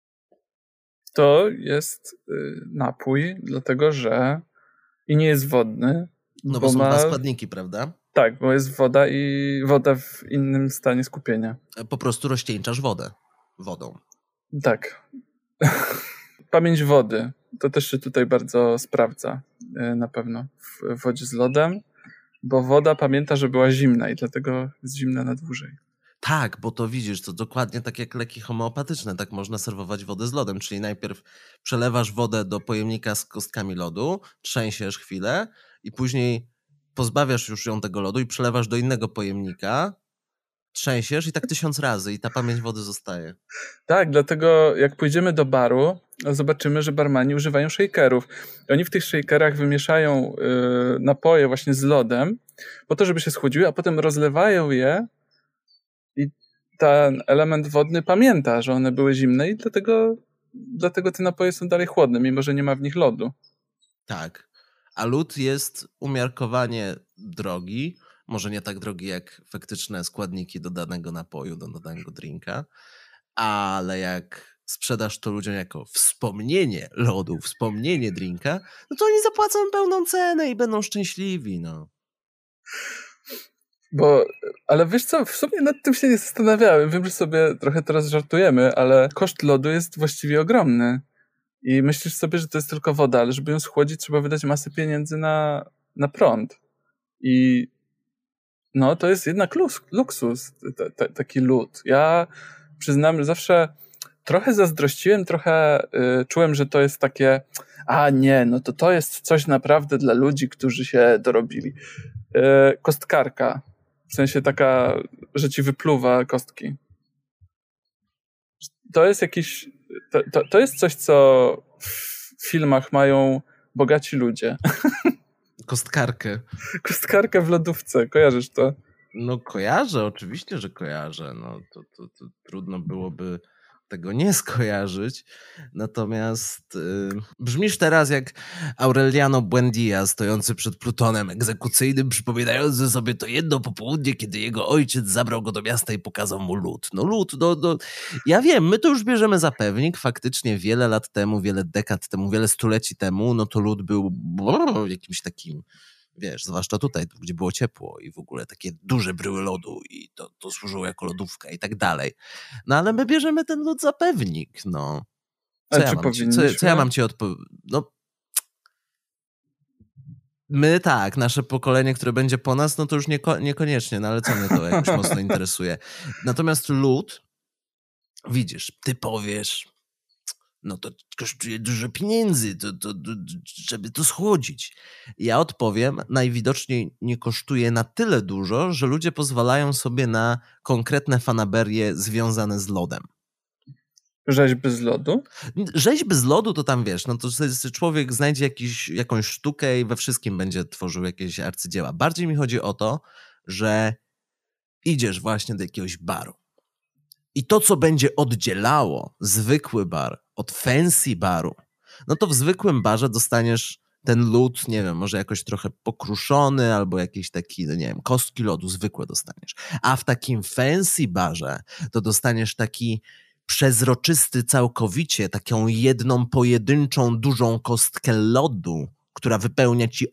To jest napój, dlatego że i nie jest wodny. No bo są dwa składniki, prawda? Tak, bo jest woda i woda w innym stanie skupienia. Po prostu rozcieńczasz wodę wodą. Tak. Pamięć wody. To też się tutaj bardzo sprawdza na pewno w wodzie z lodem, bo woda pamięta, że była zimna i dlatego jest zimna na dłużej. Tak, bo to widzisz, to dokładnie tak jak leki homeopatyczne, tak można serwować wodę z lodem, czyli najpierw przelewasz wodę do pojemnika z kostkami lodu, trzęsiesz chwilę i później pozbawiasz już ją tego lodu i przelewasz do innego pojemnika trzęsiesz i tak 1000 razy i ta pamięć wody zostaje. Tak, dlatego jak pójdziemy do baru, zobaczymy, że barmani używają shakerów. Oni w tych shakerach wymieszają napoje właśnie z lodem po to, żeby się schłodziły, a potem rozlewają je i ten element wodny pamięta, że one były zimne i dlatego te napoje są dalej chłodne, mimo że nie ma w nich lodu. Tak. A lód jest umiarkowanie drogi, może nie tak drogi jak faktyczne składniki do danego napoju, do danego drinka, ale jak sprzedasz to ludziom jako wspomnienie lodu, wspomnienie drinka, no to oni zapłacą pełną cenę i będą szczęśliwi, no. Ale wiesz co, w sumie nad tym się nie zastanawiałem. Wiem, że sobie trochę teraz żartujemy, ale koszt lodu jest właściwie ogromny. I myślisz sobie, że to jest tylko woda, ale żeby ją schłodzić, trzeba wydać masę pieniędzy na prąd. I no, to jest jednak luksus, taki lód. Ja przyznam, że zawsze trochę zazdrościłem, trochę czułem, że to jest takie, a nie, no to jest coś naprawdę dla ludzi, którzy się dorobili. Kostkarka. W sensie taka, że ci wypluwa kostki. To jest jakiś... To jest coś, co w filmach mają bogaci ludzie. Kostkarkę. Kostkarkę w lodówce. Kojarzysz to? No kojarzę, oczywiście, że kojarzę. No, to trudno byłoby tego nie skojarzyć. Natomiast brzmisz teraz jak Aureliano Buendia stojący przed plutonem egzekucyjnym, przypominający sobie to jedno popołudnie, kiedy jego ojciec zabrał go do miasta i pokazał mu lód. No lód, ja wiem, my to już bierzemy za pewnik. Faktycznie wiele lat temu, wiele dekad temu, wiele stuleci temu, no to lód był jakimś takim, wiesz, zwłaszcza tutaj, gdzie było ciepło i w ogóle takie duże bryły lodu i to służyło jako lodówka i tak dalej. No ale my bierzemy ten lód za pewnik, no. Co ja mam ci odpowiedzieć? No, my tak, nasze pokolenie, które będzie po nas, no to już niekoniecznie, no ale co mnie to jakoś mocno interesuje. Natomiast lód, widzisz, ty powiesz, no to kosztuje dużo pieniędzy, żeby to schłodzić. Ja odpowiem, najwidoczniej nie kosztuje na tyle dużo, że ludzie pozwalają sobie na konkretne fanaberie związane z lodem. Rzeźby z lodu? Rzeźby z lodu to tam wiesz, no to człowiek znajdzie jakąś sztukę i we wszystkim będzie tworzył jakieś arcydzieła. Bardziej mi chodzi o to, że idziesz właśnie do jakiegoś baru. I to, co będzie oddzielało zwykły bar od fancy baru, no to w zwykłym barze dostaniesz ten lód, nie wiem, może jakoś trochę pokruszony albo jakiś taki, nie wiem, kostki lodu zwykłe dostaniesz. A w takim fancy barze to dostaniesz taki przezroczysty całkowicie, taką jedną pojedynczą dużą kostkę lodu, która wypełnia ci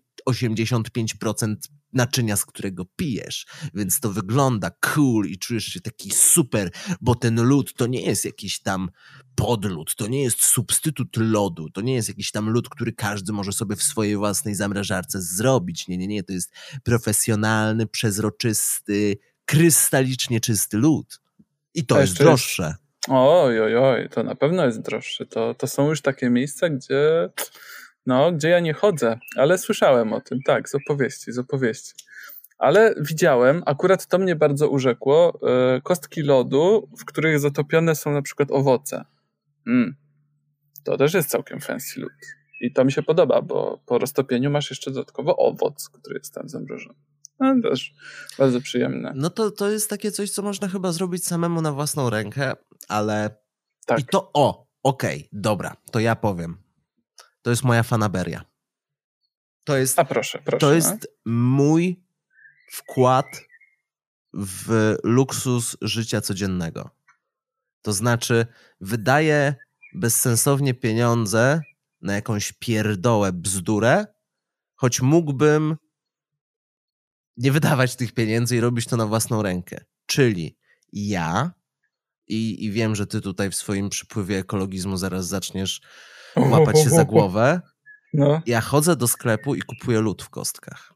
85% naczynia, z którego pijesz, więc to wygląda cool i czujesz się taki super, bo ten lód to nie jest jakiś tam podlód, to nie jest substytut lodu, to nie jest jakiś tam lód, który każdy może sobie w swojej własnej zamrażarce zrobić. Nie, to jest profesjonalny, przezroczysty, krystalicznie czysty lód. I to jest droższe. Oj, to na pewno jest droższe. To są już takie miejsca, gdzie ja nie chodzę, ale słyszałem o tym, tak, z opowieści. Ale widziałem, akurat to mnie bardzo urzekło, kostki lodu, w których zatopione są na przykład owoce. To też jest całkiem fancy lód. I to mi się podoba, bo po roztopieniu masz jeszcze dodatkowo owoc, który jest tam zamrożony. No, też bardzo przyjemne. No to jest takie coś, co można chyba zrobić samemu na własną rękę, ale... Tak. I to okej, dobra, to ja powiem. To jest moja fanaberia. Proszę. To jest mój wkład w luksus życia codziennego. To znaczy, wydaję bezsensownie pieniądze na jakąś pierdołę, bzdurę, choć mógłbym nie wydawać tych pieniędzy i robić to na własną rękę. Czyli ja, i wiem, że ty tutaj w swoim przypływie ekologizmu zaraz zaczniesz łapać się za głowę. No. Ja chodzę do sklepu i kupuję lód w kostkach.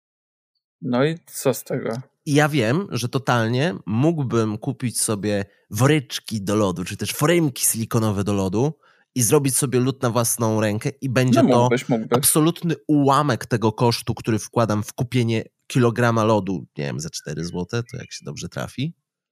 No i co z tego? I ja wiem, że totalnie mógłbym kupić sobie woreczki do lodu, czy też foremki silikonowe do lodu i zrobić sobie lód na własną rękę i będzie mógłbyś. Absolutny ułamek tego kosztu, który wkładam w kupienie kilograma lodu, nie wiem, za 4 zł, to jak się dobrze trafi.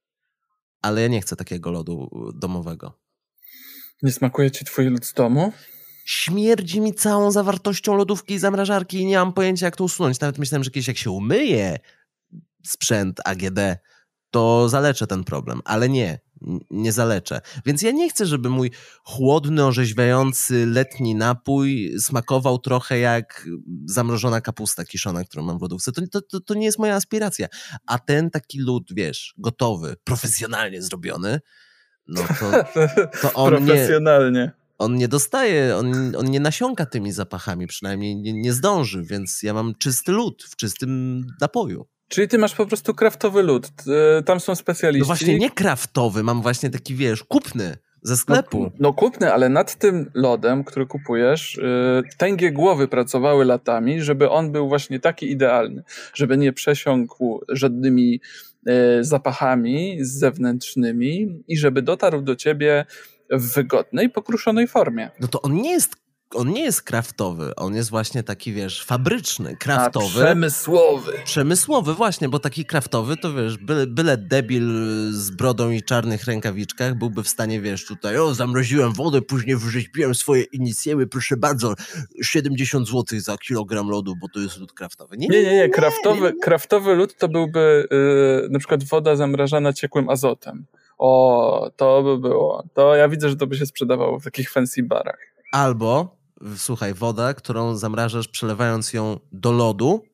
ale ja nie chcę takiego lodu domowego. Nie smakuje ci twój lód z domu? Śmierdzi mi całą zawartością lodówki i zamrażarki i nie mam pojęcia, jak to usunąć. Nawet myślałem, że kiedyś jak się umyje sprzęt AGD, to zaleczę ten problem, ale nie zaleczę. Więc ja nie chcę, żeby mój chłodny, orzeźwiający letni napój smakował trochę jak zamrożona kapusta kiszona, którą mam w lodówce. To nie jest moja aspiracja. A ten taki lód, wiesz, gotowy, profesjonalnie zrobiony, no to on profesjonalnie. On nie dostaje, on nie nasiąka tymi zapachami, przynajmniej nie zdąży, więc ja mam czysty lód w czystym napoju. Czyli ty masz po prostu kraftowy lód. Tam są specjaliści. No właśnie nie kraftowy, mam właśnie taki, wiesz, kupny ze sklepu. No kupny, ale nad tym lodem, który kupujesz, tęgie głowy pracowały latami, żeby on był właśnie taki idealny, żeby nie przesiąkł żadnymi zapachami zewnętrznymi i żeby dotarł do ciebie w wygodnej, pokruszonej formie. No to on nie jest kraftowy, on jest właśnie taki, wiesz, fabryczny, kraftowy. Przemysłowy, właśnie, bo taki kraftowy to, wiesz, byle debil z brodą i czarnych rękawiczkach byłby w stanie, wiesz, tutaj, zamroziłem wodę, później wyrzeźbiłem swoje inicjały, proszę bardzo, 70 zł za kilogram lodu, bo to jest lód kraftowy. Nie. Kraftowy lód to byłby na przykład woda zamrażana ciekłym azotem. To by było. To ja widzę, że to by się sprzedawało w takich fancy barach. Albo, słuchaj, woda, którą zamrażasz, przelewając ją do lodu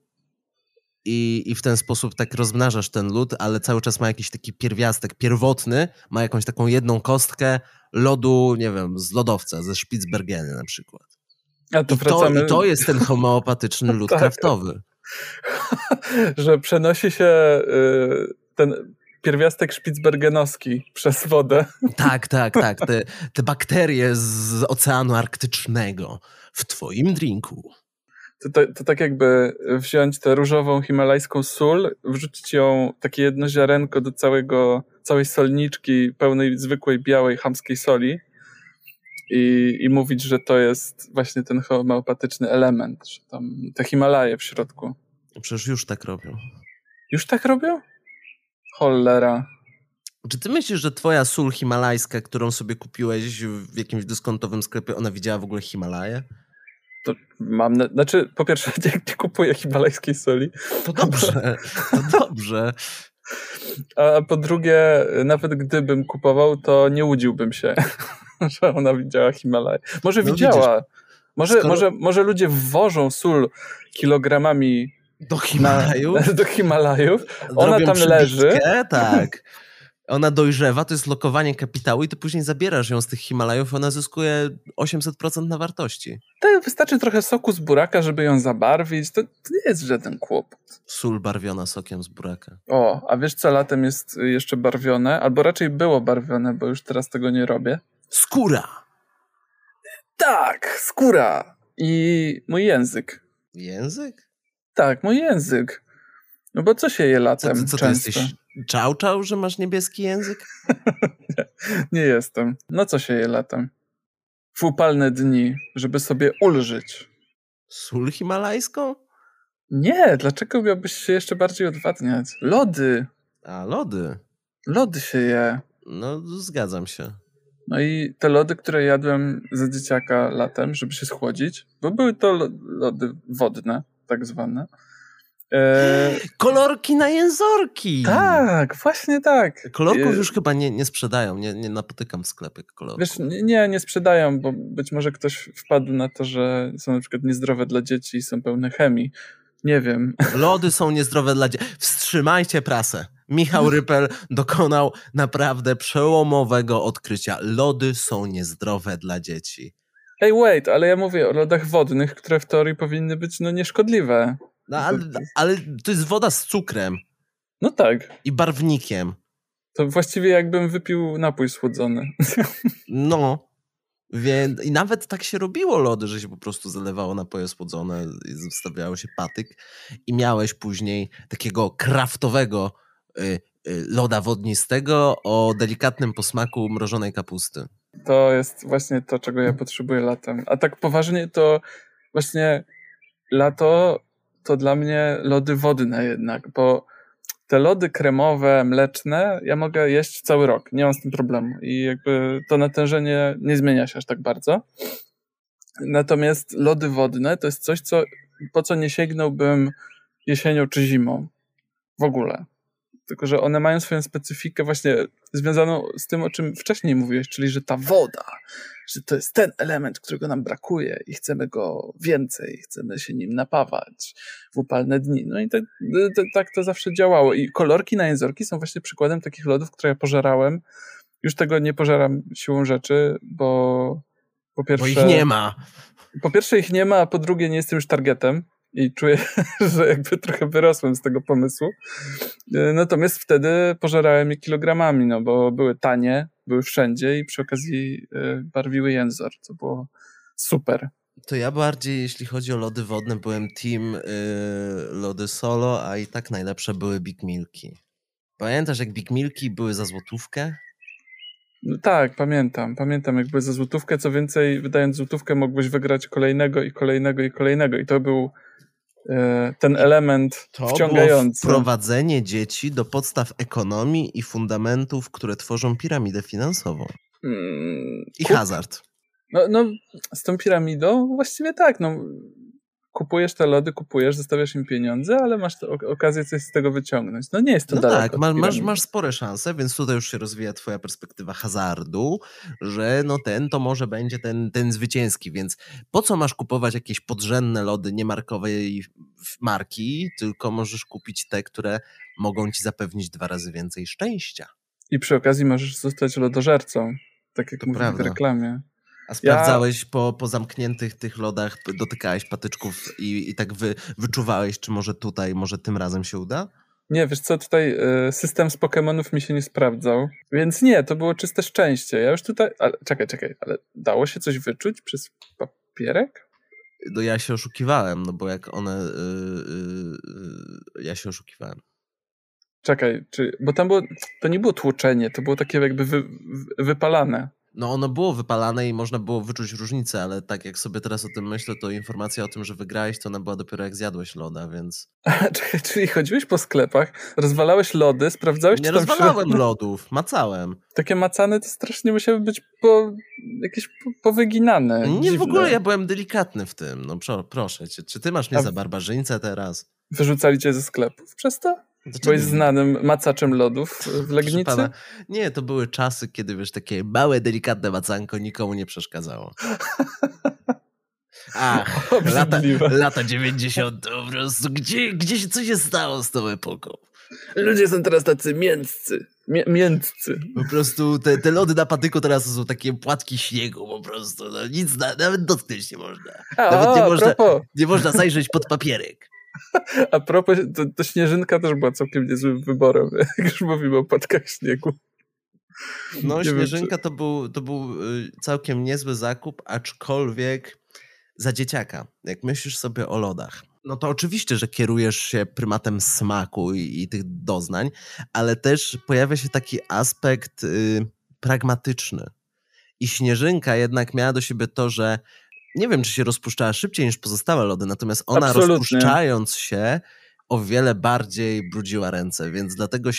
i w ten sposób tak rozmnażasz ten lód, ale cały czas ma jakiś taki pierwiastek pierwotny, ma jakąś taką jedną kostkę lodu, nie wiem, z lodowca, ze Spitsbergeny na przykład. I to jest ten homeopatyczny lód kraftowy. Że przenosi się ten pierwiastek szpicbergenowski przez wodę. Tak. Te bakterie z Oceanu Arktycznego w twoim drinku. To tak jakby wziąć tę różową himalajską sól, wrzucić ją takie jedno ziarenko do całej solniczki pełnej zwykłej, białej, chamskiej soli i mówić, że to jest właśnie ten homeopatyczny element, że tam te Himalaje w środku. Przecież już tak robią. Już tak robią? Cholera. Czy ty myślisz, że twoja sól himalajska, którą sobie kupiłeś w jakimś dyskontowym sklepie, ona widziała w ogóle Himalaje? To po pierwsze, nie kupuję himalajskiej soli. To dobrze. A po drugie, nawet gdybym kupował, to nie łudziłbym się, że ona widziała Himalaje. Może widziała. Może ludzie wwożą sól kilogramami do Himalajów. Ona tam leży. Tak. Ona dojrzewa, to jest lokowanie kapitału i ty później zabierasz ją z tych Himalajów, ona zyskuje 800% na wartości. To wystarczy trochę soku z buraka, żeby ją zabarwić. To nie jest żaden kłopot. Sól barwiona sokiem z buraka. A wiesz co latem jest jeszcze barwione? Albo raczej było barwione, bo już teraz tego nie robię. Skóra! Tak, skóra. I mój język. Język? Tak, mój język. No bo co się je latem co często? Ty jesteś czał, że masz niebieski język? nie jestem. No co się je latem? W upalne dni, żeby sobie ulżyć. Sól himalajską? Nie, dlaczego miałbyś się jeszcze bardziej odwadniać? Lody. A, lody. Lody się je. No, zgadzam się. No i te lody, które jadłem za dzieciaka latem, żeby się schłodzić, bo były to lody wodne, tak zwane. Kolorki na jęzorki! Tak, właśnie tak. Kolorków już chyba nie sprzedają, nie napotykam w sklepie kolorków. Wiesz, nie sprzedają, bo być może ktoś wpadł na to, że są na przykład niezdrowe dla dzieci i są pełne chemii. Nie wiem. Lody są niezdrowe dla dzieci. Wstrzymajcie prasę. Michał Rypel dokonał naprawdę przełomowego odkrycia. Lody są niezdrowe dla dzieci. Hey, wait, ale ja mówię o lodach wodnych, które w teorii powinny być nieszkodliwe. No, ale to jest woda z cukrem. No tak. I barwnikiem. To właściwie jakbym wypił napój słodzony. No. Więc i nawet tak się robiło lody, że się po prostu zalewało napoje słodzone i wstawiało się patyk i miałeś później takiego kraftowego loda wodnistego o delikatnym posmaku mrożonej kapusty. To jest właśnie to, czego ja potrzebuję latem. A tak poważnie to właśnie lato to dla mnie lody wodne jednak, bo te lody kremowe, mleczne, ja mogę jeść cały rok. Nie mam z tym problemu. I jakby to natężenie nie zmienia się aż tak bardzo. Natomiast lody wodne to jest coś, po co nie sięgnąłbym jesienią czy zimą. W ogóle. Tylko że one mają swoją specyfikę właśnie związaną z tym, o czym wcześniej mówiłeś, czyli że ta woda, że to jest ten element, którego nam brakuje i chcemy go więcej, chcemy się nim napawać w upalne dni. No i tak to zawsze działało. I kolorki na jęzorki są właśnie przykładem takich lodów, które ja pożerałem. Już tego nie pożeram siłą rzeczy, bo po pierwsze... Bo ich nie ma. Po pierwsze ich nie ma, a po drugie nie jestem już targetem. I czuję, że jakby trochę wyrosłem z tego pomysłu. Natomiast wtedy pożerałem je kilogramami, no bo były tanie, były wszędzie i przy okazji barwiły jęzor, co było super. To ja bardziej, jeśli chodzi o lody wodne, byłem team lody solo, a i tak najlepsze były Big Milki. Pamiętasz, jak Big Milki były za złotówkę? No tak, pamiętam. Pamiętam, jak były za złotówkę. Co więcej, wydając złotówkę mogłeś wygrać kolejnego i kolejnego i kolejnego. I to był ten element to wciągający. To było wprowadzenie dzieci do podstaw ekonomii i fundamentów, które tworzą piramidę finansową. I hazard. No, z tą piramidą właściwie tak. No, kupujesz te lody, zostawiasz im pieniądze, ale masz okazję coś z tego wyciągnąć. No nie jest to daleko. Tak, masz spore szanse, więc tutaj już się rozwija twoja perspektywa hazardu, że no to może będzie ten zwycięski, więc po co masz kupować jakieś podrzędne lody niemarkowej marki, tylko możesz kupić te, które mogą ci zapewnić 2 razy więcej szczęścia. I przy okazji możesz zostać lodożercą, tak jak mówię w reklamie. A sprawdzałeś po zamkniętych tych lodach, dotykałeś patyczków i tak wyczuwałeś, czy może tym razem się uda? Nie, wiesz co, tutaj system z Pokemonów mi się nie sprawdzał, więc nie, to było czyste szczęście. Ja już tutaj, czekaj, ale dało się coś wyczuć przez papierek? No ja się oszukiwałem, no bo jak one, ja się oszukiwałem. Czekaj, bo tam to nie było tłoczenie, to było takie jakby wypalane. No ono było wypalane i można było wyczuć różnicę, ale tak jak sobie teraz o tym myślę, to informacja o tym, że wygrałeś, to ona była dopiero jak zjadłeś loda, więc... Czekaj, czyli chodziłeś po sklepach, rozwalałeś lody, sprawdzałeś, nie czy tam rozwalałem lodów, macałem. Takie macane to strasznie musiały być jakieś powyginane. Nie, dziwne. W ogóle ja byłem delikatny w tym, no proszę cię. Czy ty masz mnie za barbarzyńcę teraz? Wyrzucali cię ze sklepów przez to? Byłeś znanym macaczem lodów w Legnicy? Pana, nie, to były czasy, kiedy wiesz, takie małe, delikatne macanko nikomu nie przeszkadzało. Ach, lata 90. po prostu. Co się stało z tą epoką? Ludzie są teraz tacy mięccy. Mięccy. Po prostu te lody na patyku teraz są takie płatki śniegu po prostu. No, nic, nawet dotknąć nie można. Nie można zajrzeć pod papierek. A propos, to Śnieżynka też była całkiem niezłym wyborem, jak już mówimy o płatkach śniegu. No, Śnieżynka to był całkiem niezły zakup, aczkolwiek za dzieciaka. Jak myślisz sobie o lodach, no to oczywiście, że kierujesz się prymatem smaku i tych doznań, ale też pojawia się taki aspekt pragmatyczny. I Śnieżynka jednak miała do siebie to, że nie wiem, czy się rozpuszczała szybciej niż pozostałe lody, natomiast ona rozpuszczając się o wiele bardziej brudziła ręce, więc dlatego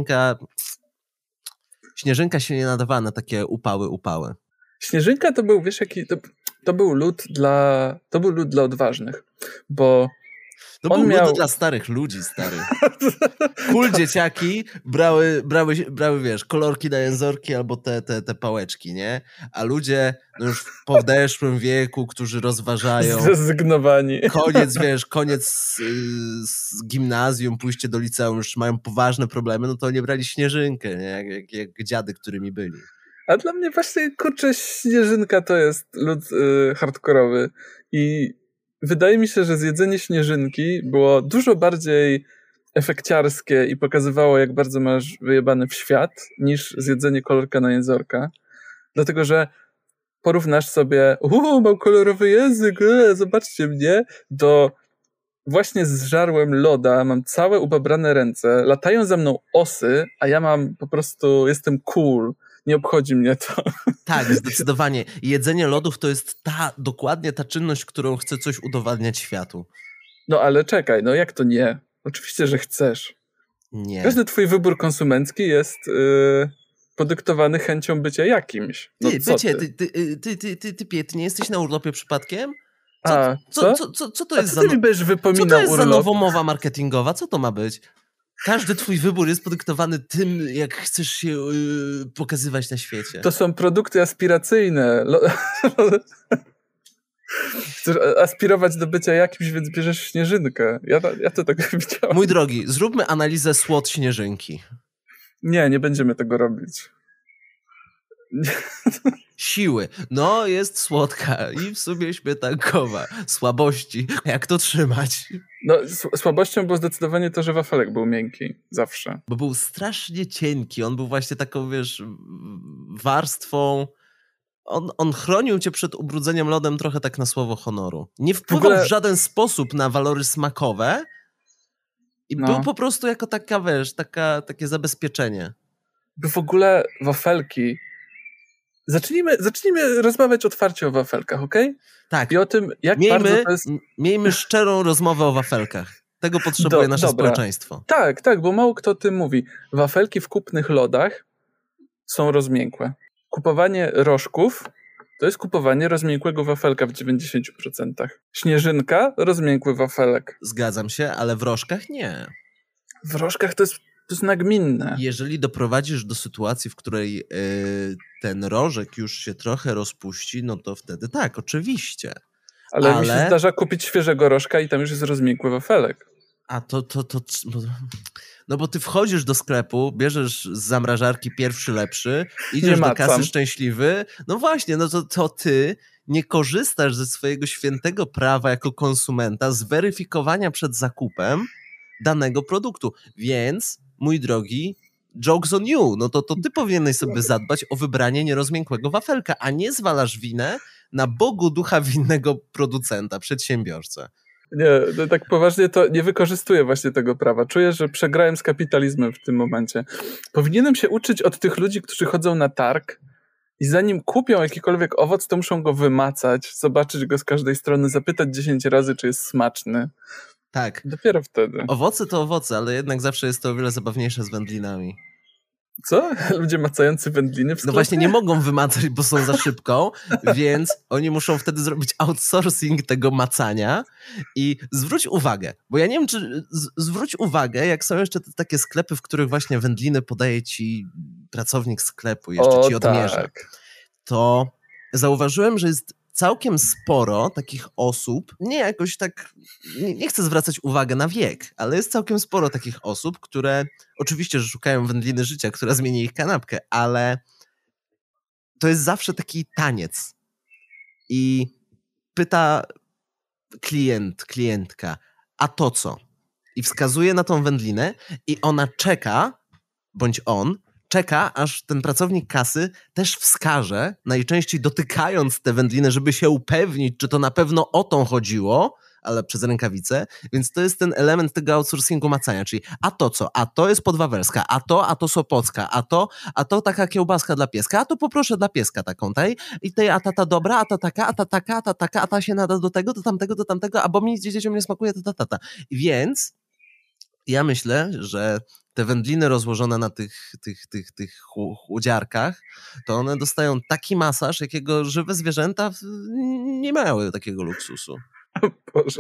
Śnieżynka się nie nadawała na takie upały. Śnieżynka to był, wiesz, to był lód dla odważnych, bo to był lód dla starych ludzi, stary. Cool dzieciaki brały, wiesz, kolorki na jęzorki albo te pałeczki, nie? A ludzie już w podeszłym wieku, którzy rozważają... Zrezygnowani. Koniec z gimnazjum, pójście do liceum, już mają poważne problemy, no to nie brali Śnieżynkę, nie? Jak dziady, którymi byli. A dla mnie właśnie, kurczę, Śnieżynka to jest lód hardkorowy i wydaje mi się, że zjedzenie Śnieżynki było dużo bardziej efekciarskie i pokazywało, jak bardzo masz wyjebane w świat, niż zjedzenie kolorka na jęzorka. Dlatego, że porównasz sobie, mam kolorowy język, zobaczcie mnie, do właśnie zżarłem loda, mam całe ubabrane ręce, latają za mną osy, a ja mam po prostu, jestem cool. Nie obchodzi mnie to. Tak, zdecydowanie. Jedzenie lodów to jest dokładnie ta czynność, którą chce coś udowadniać światu. No ale czekaj, no jak to nie? Oczywiście, że chcesz. Nie. Każdy twój wybór konsumencki jest podyktowany chęcią bycia jakimś. No, Ty Piet, nie jesteś na urlopie przypadkiem? Co to jest za... Co ty mi będziesz wypominał Co to jest urlop? za nowomowa marketingowa? Co to ma być? Każdy twój wybór jest podyktowany tym, jak chcesz się pokazywać na świecie. To są produkty aspiracyjne. Chcesz aspirować do bycia jakimś, więc bierzesz śnieżynkę. Ja to tak widziałem. Mój drogi, zróbmy analizę SWOT śnieżynki. Nie będziemy tego robić. Siły. No, jest słodka i w sumie śmietankowa. Słabości. Jak to trzymać? No, słabością było zdecydowanie to, że wafelek był miękki. Zawsze. Bo był strasznie cienki. On był właśnie taką, wiesz, warstwą... On chronił cię przed ubrudzeniem lodem trochę tak na słowo honoru. Nie wpływał w żaden sposób na walory smakowe i był po prostu jako taka, wiesz, takie zabezpieczenie. By w ogóle wafelki... Zacznijmy rozmawiać otwarcie o wafelkach, okej? Tak. I o tym, jak bardzo to jest... Miejmy szczerą rozmowę o wafelkach. Tego potrzebuje nasze społeczeństwo. Tak, bo mało kto o tym mówi. Wafelki w kupnych lodach są rozmiękłe. Kupowanie rożków to jest kupowanie rozmiękłego wafelka w 90%. Śnieżynka, rozmiękły wafelek. Zgadzam się, ale w rożkach nie. W rożkach to jest nagminne. Jeżeli doprowadzisz do sytuacji, w której ten rożek już się trochę rozpuści, no to wtedy tak, oczywiście. Ale mi się zdarza kupić świeżego rożka i tam już jest rozmiękły wafelek. A no bo ty wchodzisz do sklepu, bierzesz z zamrażarki pierwszy lepszy, idziesz do kasy szczęśliwy, no właśnie, no to ty nie korzystasz ze swojego świętego prawa jako konsumenta zweryfikowania przed zakupem danego produktu. Więc, mój drogi, jokes on you, no to ty powinieneś sobie zadbać o wybranie nierozmiękłego wafelka, a nie zwalasz winę na Bogu ducha winnego producenta, przedsiębiorcę. Nie, no tak poważnie to nie wykorzystuję właśnie tego prawa. Czuję, że przegrałem z kapitalizmem w tym momencie. Powinienem się uczyć od tych ludzi, którzy chodzą na targ i zanim kupią jakikolwiek owoc, to muszą go wymacać, zobaczyć go z każdej strony, zapytać 10 razy, czy jest smaczny. Tak. Dopiero wtedy. Owoce to owoce, ale jednak zawsze jest to o wiele zabawniejsze z wędlinami. Co? Ludzie macający wędliny w sklepie? No właśnie nie mogą wymacać, bo są za szybko, więc oni muszą wtedy zrobić outsourcing tego macania i zwróć uwagę, bo ja nie wiem, czy zwróć uwagę, jak są jeszcze te takie sklepy, w których właśnie wędliny podaje ci pracownik sklepu, jeszcze ci odmierza. Tak. To zauważyłem, że jest całkiem sporo takich osób, nie jakoś tak, nie chcę zwracać uwagi na wiek, ale jest całkiem sporo takich osób, które oczywiście, że szukają wędliny życia, która zmieni ich kanapkę, ale to jest zawsze taki taniec. I pyta klientka, a to co? I wskazuje na tą wędlinę i ona czeka, bądź on, czeka, aż ten pracownik kasy też wskaże, najczęściej dotykając te wędliny, żeby się upewnić, czy to na pewno o tą chodziło, ale przez rękawicę, więc to jest ten element tego outsourcingu macania, czyli a to co? A to jest podwawelska, a to sopocka, a to taka kiełbaska dla pieska, a to poproszę dla pieska taką, tej i tej, a ta dobra, a ta taka, a ta się nada do tego, do tamtego, a bo mi dzieciom nie smakuje, ta. Więc ja myślę, że te wędliny rozłożone na tych chłodziarkach, to one dostają taki masaż, jakiego żywe zwierzęta nie mają takiego luksusu. O Boże.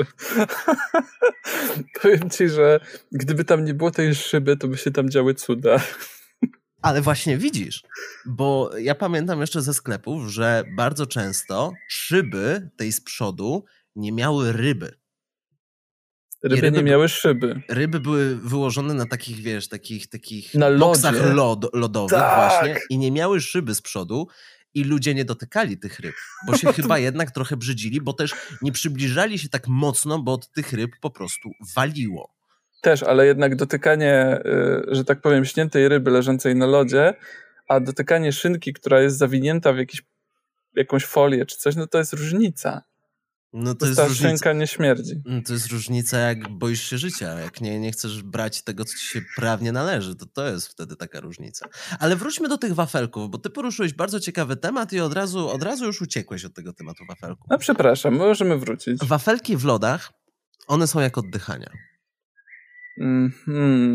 Powiem ci, że gdyby tam nie było tej szyby, to by się tam działy cuda. Ale właśnie widzisz, bo ja pamiętam jeszcze ze sklepów, że bardzo często szyby tej z przodu nie miały ryby. Ryby nie miały szyby. Ryby były wyłożone na takich, wiesz, takich na boksach lodowych tak. właśnie i nie miały szyby z przodu i ludzie nie dotykali tych ryb, bo się chyba jednak trochę brzydzili, bo też nie przybliżali się tak mocno, bo od tych ryb po prostu waliło. Też, ale jednak dotykanie, że tak powiem, śniętej ryby leżącej na lodzie, a dotykanie szynki, która jest zawinięta w jakąś folię czy coś, no to jest różnica. No to jest ta różnica. szynka nie śmierdzi. To jest różnica, jak boisz się życia, jak nie chcesz brać tego, co ci się prawnie należy, to jest wtedy taka różnica. Ale wróćmy do tych wafelków, bo ty poruszyłeś bardzo ciekawy temat i od razu już uciekłeś od tego tematu wafelków. No przepraszam, możemy wrócić. Wafelki w lodach, one są jak oddychania.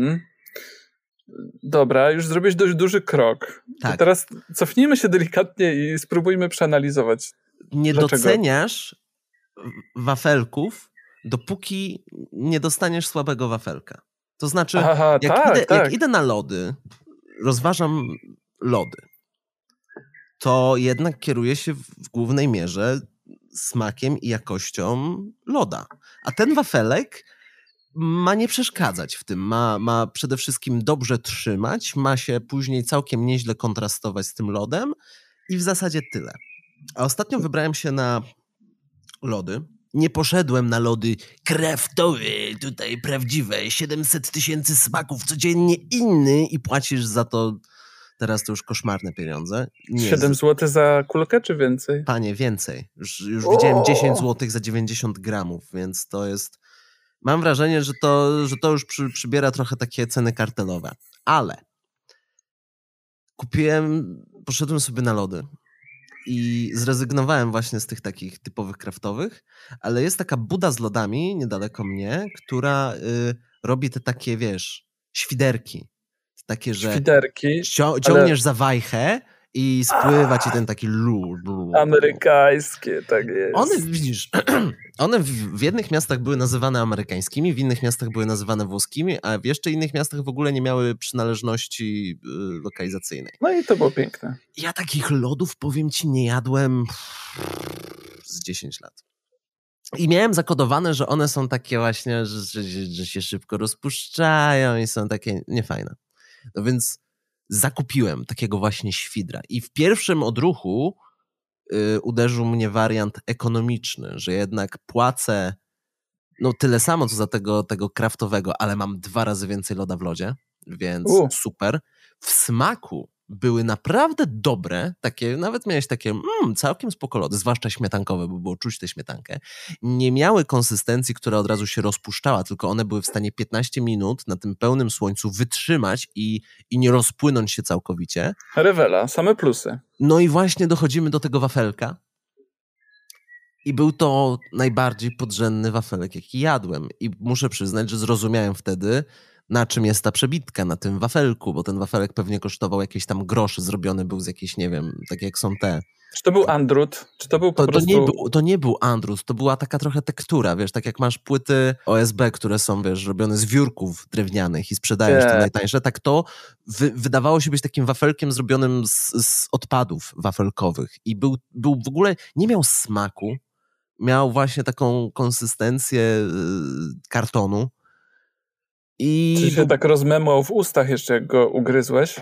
Dobra, już zrobiłeś dość duży krok. Tak. Teraz cofnijmy się delikatnie i spróbujmy przeanalizować. Nie Dlaczego? doceniasz wafelków, dopóki nie dostaniesz słabego wafelka. To znaczy, jak idę na lody, rozważam lody, to jednak kieruję się w głównej mierze smakiem i jakością loda. A ten wafelek ma nie przeszkadzać w tym. Ma przede wszystkim dobrze trzymać, ma się później całkiem nieźle kontrastować z tym lodem i w zasadzie tyle. A ostatnio wybrałem się na lody. Nie poszedłem na lody craftowe, tutaj prawdziwe, 700 000 smaków, codziennie inny i płacisz za to, teraz to już koszmarne pieniądze. Nie, 7 zł za kulkę czy więcej? Panie, więcej. Już widziałem 10 zł za 90 gramów, więc to jest... Mam wrażenie, że to już przybiera trochę takie ceny kartelowe. Ale poszedłem sobie na lody i zrezygnowałem właśnie z tych takich typowych kraftowych, ale jest taka buda z lodami niedaleko mnie, która robi te takie, wiesz, świderki. Takie, że świderki, ciągniesz za wajchę i spływa ci ten taki amerykańskie, tak jest. One w jednych miastach były nazywane amerykańskimi, w innych miastach były nazywane włoskimi, a w jeszcze innych miastach w ogóle nie miały przynależności lokalizacyjnej. No i to było piękne. Ja takich lodów, powiem ci, nie jadłem z 10 lat. I miałem zakodowane, że one są takie właśnie, że się szybko rozpuszczają i są takie niefajne. No więc zakupiłem takiego właśnie świdra i w pierwszym odruchu uderzył mnie wariant ekonomiczny, że jednak płacę tyle samo, co za tego kraftowego, ale mam 2 razy więcej loda w lodzie, więc super. W smaku były naprawdę dobre, takie, nawet miałeś takie całkiem spoko lody, zwłaszcza śmietankowe, bo było czuć tę śmietankę. Nie miały konsystencji, która od razu się rozpuszczała, tylko one były w stanie 15 minut na tym pełnym słońcu wytrzymać i nie rozpłynąć się całkowicie. Rewela, same plusy. No i właśnie dochodzimy do tego wafelka i był to najbardziej podrzędny wafelek, jaki jadłem. I muszę przyznać, że zrozumiałem wtedy, na czym jest ta przebitka, na tym wafelku, bo ten wafelek pewnie kosztował jakieś tam groszy, zrobiony był z jakiejś, nie wiem, tak jak są te. Czy to był andrut? Czy to był po prostu... To nie był andrut, to była taka trochę tektura, wiesz, tak jak masz płyty OSB, które są, wiesz, robione z wiórków drewnianych i sprzedajesz to najtańsze, tak to wydawało się być takim wafelkiem zrobionym z odpadów wafelkowych i był w ogóle, nie miał smaku, miał właśnie taką konsystencję kartonu. Czy się tak rozmemłał w ustach jeszcze, jak go ugryzłeś?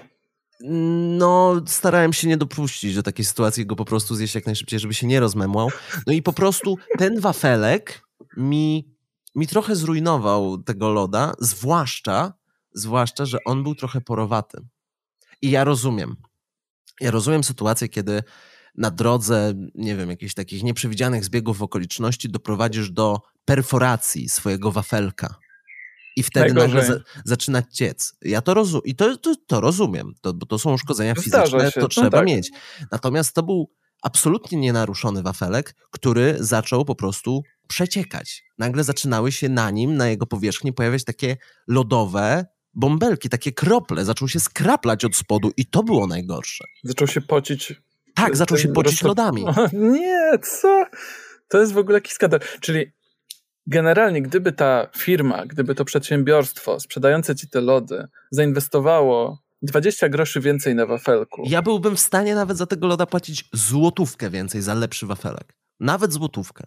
No, starałem się nie dopuścić do takiej sytuacji, go po prostu zjeść jak najszybciej, żeby się nie rozmemłał. No i po prostu ten wafelek mi trochę zrujnował tego loda, zwłaszcza, że on był trochę porowaty. I ja rozumiem sytuację, kiedy na drodze, nie wiem, jakichś takich nieprzewidzianych zbiegów okoliczności doprowadzisz do perforacji swojego wafelka. I wtedy nagle zaczyna ciec. Ja to rozumiem. I to rozumiem, bo to są uszkodzenia fizyczne, to trzeba mieć. Natomiast to był absolutnie nienaruszony wafelek, który zaczął po prostu przeciekać. Nagle zaczynały się na nim, na jego powierzchni pojawiać takie lodowe bąbelki, takie krople. Zaczął się skraplać od spodu i to było najgorsze. Zaczął się pocić. Tak, zaczął się pocić lodami. Nie, co? To jest w ogóle jakiś skandal. Czyli generalnie, gdyby ta firma, gdyby to przedsiębiorstwo sprzedające ci te lody zainwestowało 20 groszy więcej na wafelku. Ja byłbym w stanie nawet za tego loda płacić złotówkę więcej za lepszy wafelek. Nawet złotówkę.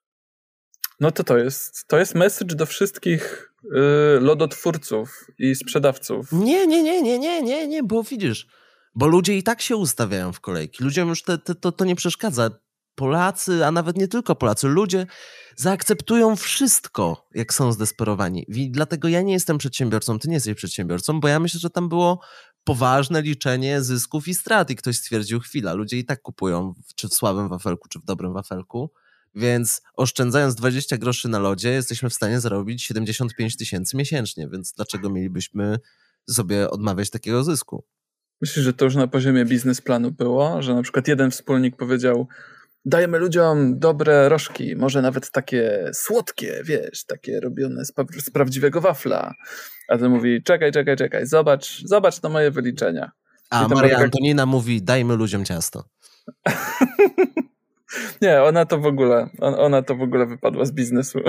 No to jest message do wszystkich lodotwórców i sprzedawców. Nie, bo widzisz, bo ludzie i tak się ustawiają w kolejki. Ludziom już to nie przeszkadza. Polacy, a nawet nie tylko Polacy, ludzie zaakceptują wszystko, jak są zdesperowani. I dlatego ja nie jestem przedsiębiorcą, ty nie jesteś przedsiębiorcą, bo ja myślę, że tam było poważne liczenie zysków i strat i ktoś stwierdził, chwila, ludzie i tak kupują czy w słabym wafelku, czy w dobrym wafelku, więc oszczędzając 20 groszy na lodzie jesteśmy w stanie zarobić 75 000 miesięcznie, więc dlaczego mielibyśmy sobie odmawiać takiego zysku? Myślisz, że to już na poziomie biznesplanu było, że na przykład jeden wspólnik powiedział: dajemy ludziom dobre rożki, może nawet takie słodkie, wiesz, takie robione z prawdziwego wafla. A ten mówi, czekaj, zobacz na moje wyliczenia. A Maria Antonina mówi, dajmy ludziom ciasto. Nie, ona to w ogóle wypadła z biznesu.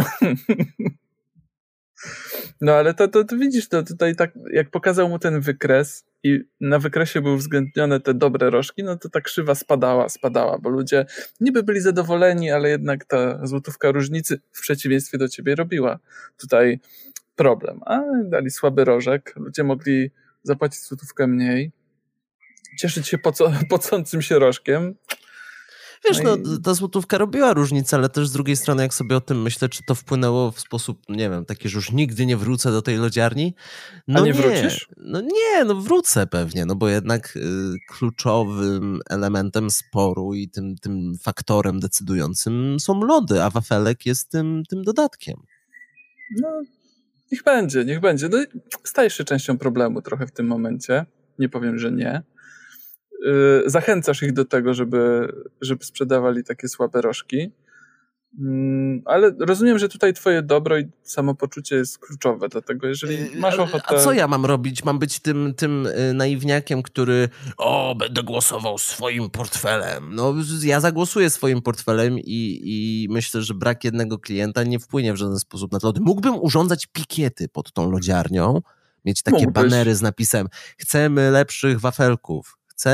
No ale to widzisz, to tutaj tak, jak pokazał mu ten wykres i na wykresie były uwzględnione te dobre rożki, no to ta krzywa spadała, bo ludzie niby byli zadowoleni, ale jednak ta złotówka różnicy w przeciwieństwie do ciebie robiła tutaj problem. A dali słaby rożek, ludzie mogli zapłacić złotówkę mniej, cieszyć się pocącym się rożkiem. Wiesz, ta złotówka robiła różnicę, ale też z drugiej strony, jak sobie o tym myślę, czy to wpłynęło w sposób, nie wiem, taki, że już nigdy nie wrócę do tej lodziarni? No nie wrócisz? No wrócę pewnie, no bo jednak kluczowym elementem sporu i tym faktorem decydującym są lody, a wafelek jest tym dodatkiem. No, niech będzie. No, stajesz się częścią problemu trochę w tym momencie. Nie powiem, że nie. Zachęcasz ich do tego, żeby sprzedawali takie słabe rożki. Ale rozumiem, że tutaj twoje dobro i samopoczucie jest kluczowe do tego, jeżeli masz ochotę... A co ja mam robić? Mam być tym naiwniakiem, który będę głosował swoim portfelem. No, ja zagłosuję swoim portfelem i myślę, że brak jednego klienta nie wpłynie w żaden sposób na to. Mógłbym urządzać pikiety pod tą lodziarnią, mieć takie banery z napisem chcemy lepszych wafelków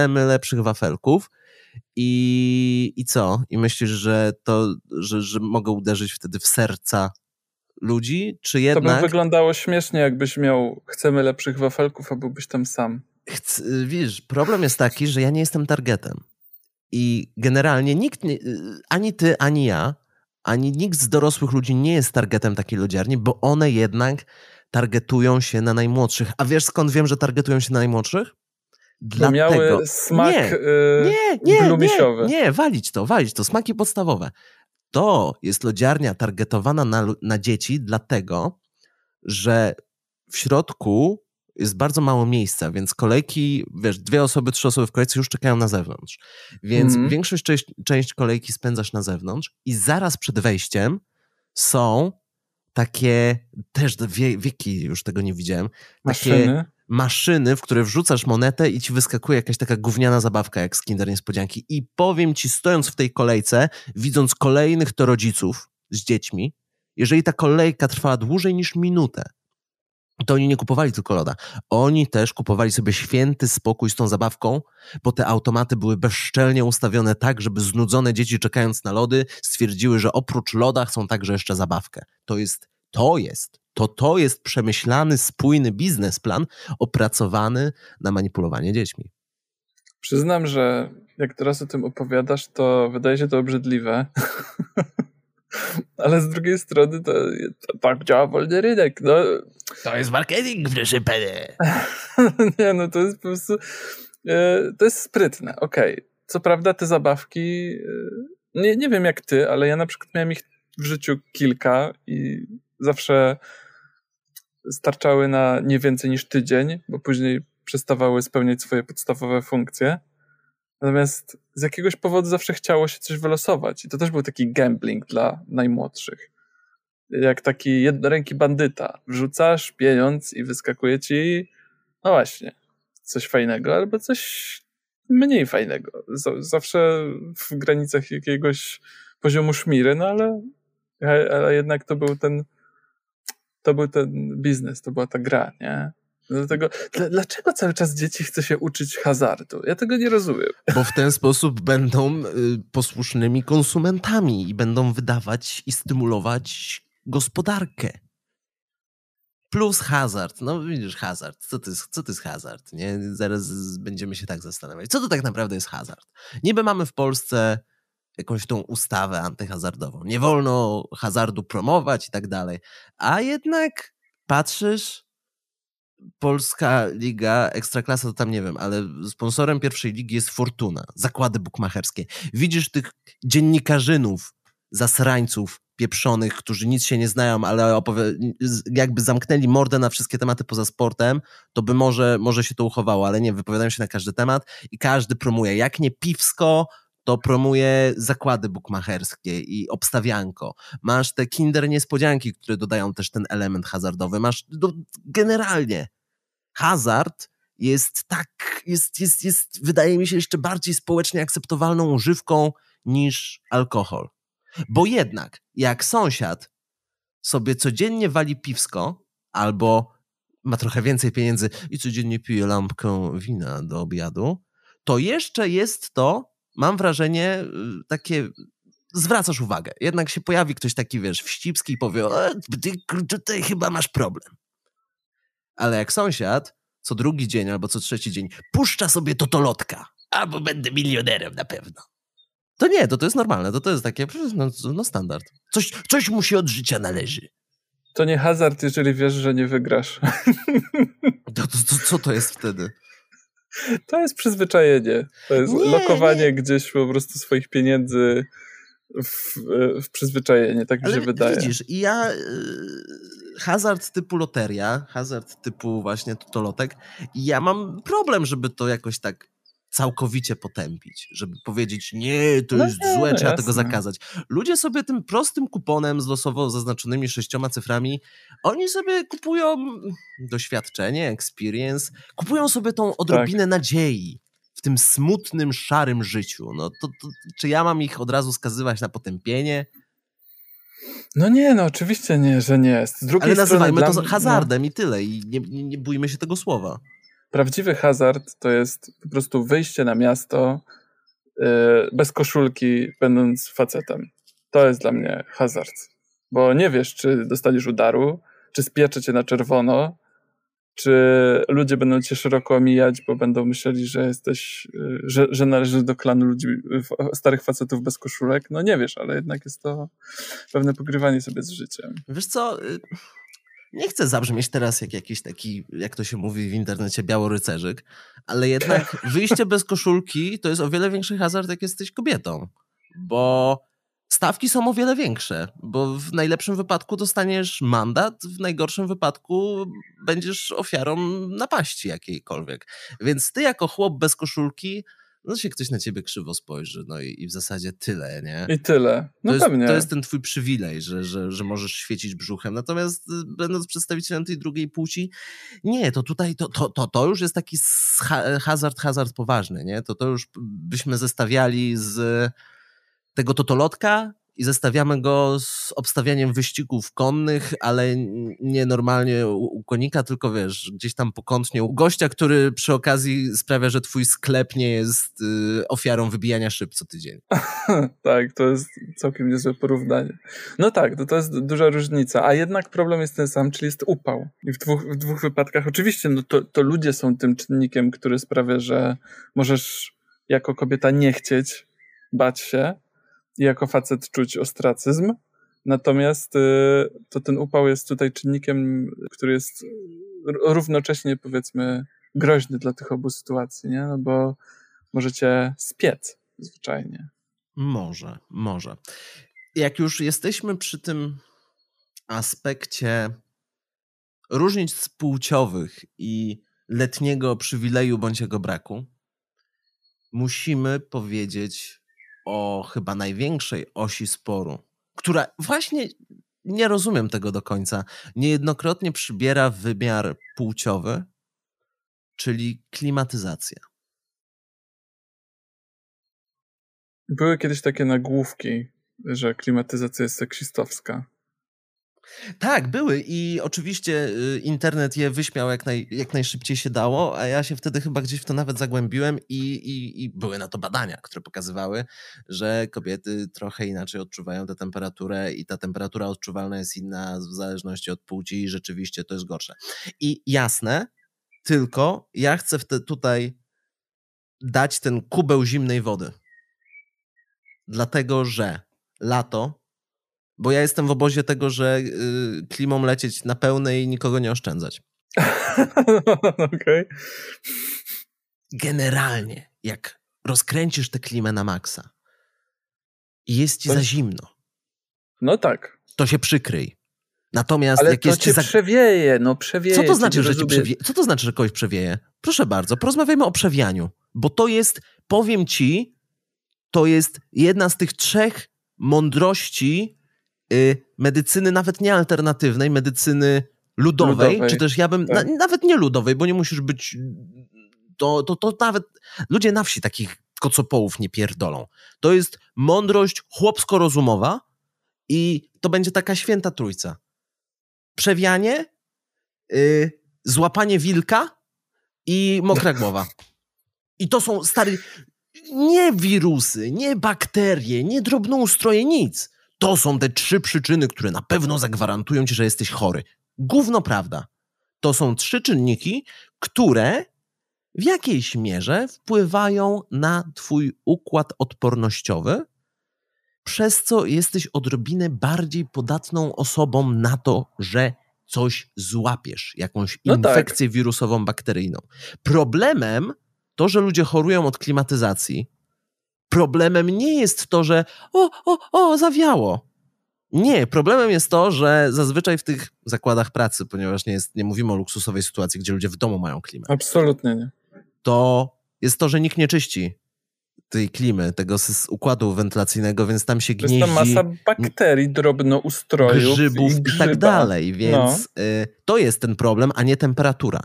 i co? I myślisz, że że mogę uderzyć wtedy w serca ludzi, czy jednak... To by wyglądało śmiesznie, jakbyś miał chcemy lepszych wafelków, a byłbyś tam sam. Wiesz, problem jest taki, że ja nie jestem targetem. I generalnie nikt, ani ty, ani ja, ani nikt z dorosłych ludzi nie jest targetem takiej lodziarni, bo one jednak targetują się na najmłodszych. A wiesz, skąd wiem, że targetują się na najmłodszych? Bo miały smak blumisiowy. Nie, walić to, smaki podstawowe. To jest lodziarnia targetowana na dzieci, dlatego, że w środku jest bardzo mało miejsca, więc kolejki, wiesz, 2 osoby, 3 osoby w kolejce już czekają na zewnątrz. Więc większość część kolejki spędzasz na zewnątrz i zaraz przed wejściem są takie, też wieki już tego nie widziałem, takie maszyny, w które wrzucasz monetę i ci wyskakuje jakaś taka gówniana zabawka jak z Kinder Niespodzianki. I powiem ci, stojąc w tej kolejce, widząc kolejnych to rodziców z dziećmi, jeżeli ta kolejka trwała dłużej niż minutę, to oni nie kupowali tylko loda. Oni też kupowali sobie święty spokój z tą zabawką, bo te automaty były bezczelnie ustawione tak, żeby znudzone dzieci czekając na lody stwierdziły, że oprócz loda chcą także jeszcze zabawkę. To jest przemyślany, spójny biznesplan opracowany na manipulowanie dziećmi. Przyznam, że jak teraz o tym opowiadasz, to wydaje się to obrzydliwe. Ale z drugiej strony to tak działa wolny rynek. No. To jest marketing, proszę pana. Nie, no to jest po prostu... To jest sprytne, okej. Co prawda te zabawki... Nie wiem jak ty, ale ja na przykład miałem ich w życiu kilka i zawsze starczały na nie więcej niż tydzień, bo później przestawały spełniać swoje podstawowe funkcje. Natomiast z jakiegoś powodu zawsze chciało się coś wylosować. I to też był taki gambling dla najmłodszych. Jak taki jednoręki bandyta. Wrzucasz pieniądz i wyskakuje ci, no właśnie, coś fajnego albo coś mniej fajnego. Zawsze w granicach jakiegoś poziomu szmiry, no ale jednak to był ten biznes, to była ta gra, nie? Dlatego, dlaczego cały czas dzieci chce się uczyć hazardu? Ja tego nie rozumiem. Bo w ten sposób będą posłusznymi konsumentami i będą wydawać i stymulować gospodarkę. Plus hazard. No widzisz, hazard. Co to jest hazard? Nie? Zaraz będziemy się tak zastanawiać. Co to tak naprawdę jest hazard? Niby mamy w Polsce jakąś tą ustawę antyhazardową. Nie wolno hazardu promować i tak dalej. A jednak patrzysz, Polska Liga, Ekstraklasa to tam nie wiem, ale sponsorem pierwszej ligi jest Fortuna, zakłady bukmacherskie. Widzisz tych dziennikarzynów, zasrańców pieprzonych, którzy nic się nie znają, ale jakby zamknęli mordę na wszystkie tematy poza sportem, to by może się to uchowało, ale nie, wypowiadają się na każdy temat i każdy promuje. Jak nie piwsko, to promuje zakłady bukmacherskie i obstawianko. Masz te Kinder niespodzianki, które dodają też ten element hazardowy. Masz generalnie hazard jest wydaje mi się jeszcze bardziej społecznie akceptowalną używką niż alkohol. Bo jednak jak sąsiad sobie codziennie wali piwsko albo ma trochę więcej pieniędzy i codziennie pije lampkę wina do obiadu, to jeszcze jest to, mam wrażenie, takie, zwracasz uwagę. Jednak się pojawi ktoś taki, wiesz, wścibski i powie, ty tutaj chyba masz problem. Ale jak sąsiad co drugi dzień albo co trzeci dzień puszcza sobie totolotka, albo będę milionerem na pewno. To nie, to jest normalne, to jest takie, no standard. Coś mu się od życia należy. To nie hazard, jeżeli wiesz, że nie wygrasz. Co to jest wtedy? To jest przyzwyczajenie. To jest lokowanie gdzieś po prostu swoich pieniędzy w przyzwyczajenie, tak mi się wydaje. Widzisz, i ja hazard typu loteria, hazard typu właśnie totolotek, ja mam problem, żeby to jakoś tak całkowicie potępić, żeby powiedzieć, nie, to jest złe, trzeba tego zakazać. Ludzie sobie tym prostym kuponem z losowo zaznaczonymi 6 cyframi, oni sobie kupują doświadczenie, experience, kupują sobie tą odrobinę nadziei w tym smutnym, szarym życiu. No to czy ja mam ich od razu skazywać na potępienie? No nie, no oczywiście nie, że nie. Z drugiej Ale nazywajmy strony, to hazardem i tyle. I nie bójmy się tego słowa. Prawdziwy hazard to jest po prostu wyjście na miasto bez koszulki, będąc facetem. To jest dla mnie hazard. Bo nie wiesz, czy dostaniesz udaru, czy spiecze cię na czerwono, czy ludzie będą cię szeroko omijać, bo będą myśleli, że jesteś, że należysz do klanu ludzi, starych facetów bez koszulek. No nie wiesz, ale jednak jest to pewne pogrywanie sobie z życiem. Wiesz co, nie chcę zabrzmieć teraz jak jakiś taki, jak to się mówi w internecie, białorycerzyk, ale jednak wyjście bez koszulki to jest o wiele większy hazard, jak jesteś kobietą, bo stawki są o wiele większe, bo w najlepszym wypadku dostaniesz mandat, w najgorszym wypadku będziesz ofiarą napaści jakiejkolwiek. Więc ty jako chłop bez koszulki, no się ktoś na ciebie krzywo spojrzy, no i w zasadzie tyle, nie? I tyle. No to jest ten twój przywilej, że możesz świecić brzuchem. Natomiast będąc przedstawicielem tej drugiej płci, nie, to tutaj to już jest taki hazard poważny, nie? To już byśmy zestawiali z tego totolotka i zestawiamy go z obstawianiem wyścigów konnych, ale nie normalnie u konika, tylko wiesz, gdzieś tam pokątnie u gościa, który przy okazji sprawia, że twój sklep nie jest ofiarą wybijania szyb co tydzień. Tak, to jest całkiem niezłe porównanie. No tak, to jest duża różnica, a jednak problem jest ten sam, czyli jest upał. I w dwóch wypadkach oczywiście no to ludzie są tym czynnikiem, który sprawia, że możesz jako kobieta nie chcieć, bać się, i jako facet czuć ostracyzm. Natomiast to ten upał jest tutaj czynnikiem, który jest równocześnie, powiedzmy, groźny dla tych obu sytuacji, nie? No bo możecie spiec zwyczajnie. Może. Jak już jesteśmy przy tym aspekcie różnic płciowych i letniego przywileju bądź jego braku, musimy powiedzieć o chyba największej osi sporu, która właśnie, nie rozumiem tego do końca, niejednokrotnie przybiera wymiar płciowy, czyli klimatyzacja. Były kiedyś takie nagłówki, że klimatyzacja jest seksistowska. Tak, były i oczywiście internet je wyśmiał jak najszybciej się dało, a ja się wtedy chyba gdzieś w to nawet zagłębiłem i były na to badania, które pokazywały, że kobiety trochę inaczej odczuwają tę temperaturę i ta temperatura odczuwalna jest inna w zależności od płci i rzeczywiście to jest gorsze. I jasne, tylko ja chcę tutaj dać ten kubeł zimnej wody. Dlatego, że lato, bo ja jestem w obozie tego, że klimą lecieć na pełnej i nikogo nie oszczędzać. Okej. Generalnie, jak rozkręcisz tę klimę na maksa i jest ci za zimno. No tak. To się przykryj. Natomiast ale jak to jest cię przewieje, przewieje. Co to znaczy, że ci przewieje? Co to znaczy, że kogoś przewieje? Proszę bardzo, porozmawiajmy o przewianiu, bo to jest, powiem ci, to jest jedna z tych 3 mądrości medycyny nawet nie alternatywnej, medycyny ludowej. Czy też ja bym, nawet nie ludowej, bo nie musisz być, to nawet ludzie na wsi takich kocopołów nie pierdolą. To jest mądrość chłopsko-rozumowa i to będzie taka święta trójca. Przewianie, złapanie wilka i mokra głowa. I to są, stary, nie wirusy, nie bakterie, nie drobnoustroje, nic. To są te 3 przyczyny, które na pewno zagwarantują ci, że jesteś chory. Gówno prawda. To są 3 czynniki, które w jakiejś mierze wpływają na twój układ odpornościowy, przez co jesteś odrobinę bardziej podatną osobą na to, że coś złapiesz, jakąś infekcję wirusową, bakteryjną. Problemem to, że ludzie chorują od klimatyzacji. Problemem nie jest to, że zawiało. Nie, problemem jest to, że zazwyczaj w tych zakładach pracy, ponieważ nie mówimy o luksusowej sytuacji, gdzie ludzie w domu mają klimat. Absolutnie nie. To jest to, że nikt nie czyści tej klimy, tego układu wentylacyjnego, więc tam się gnieździ... Jest tam masa bakterii, drobnoustrojów, grzybów i tak dalej, więc to jest ten problem, a nie temperatura.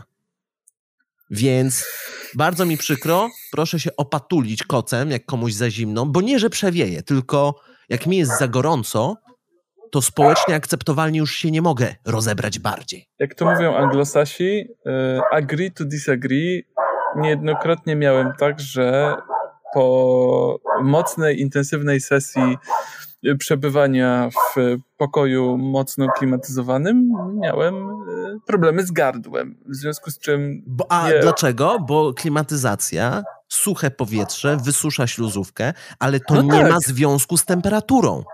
Więc bardzo mi przykro, proszę się opatulić kocem, jak komuś za zimno, bo nie, że przewieje, tylko jak mi jest za gorąco, to społecznie akceptowalnie już się nie mogę rozebrać bardziej. Jak to mówią anglosasi, agree to disagree. Niejednokrotnie miałem tak, że po mocnej, intensywnej sesji przebywania w pokoju mocno klimatyzowanym miałem problemy z gardłem. W związku z czym... Dlaczego? Bo klimatyzacja, suche powietrze, wysusza śluzówkę, ale to nie ma związku z temperaturą.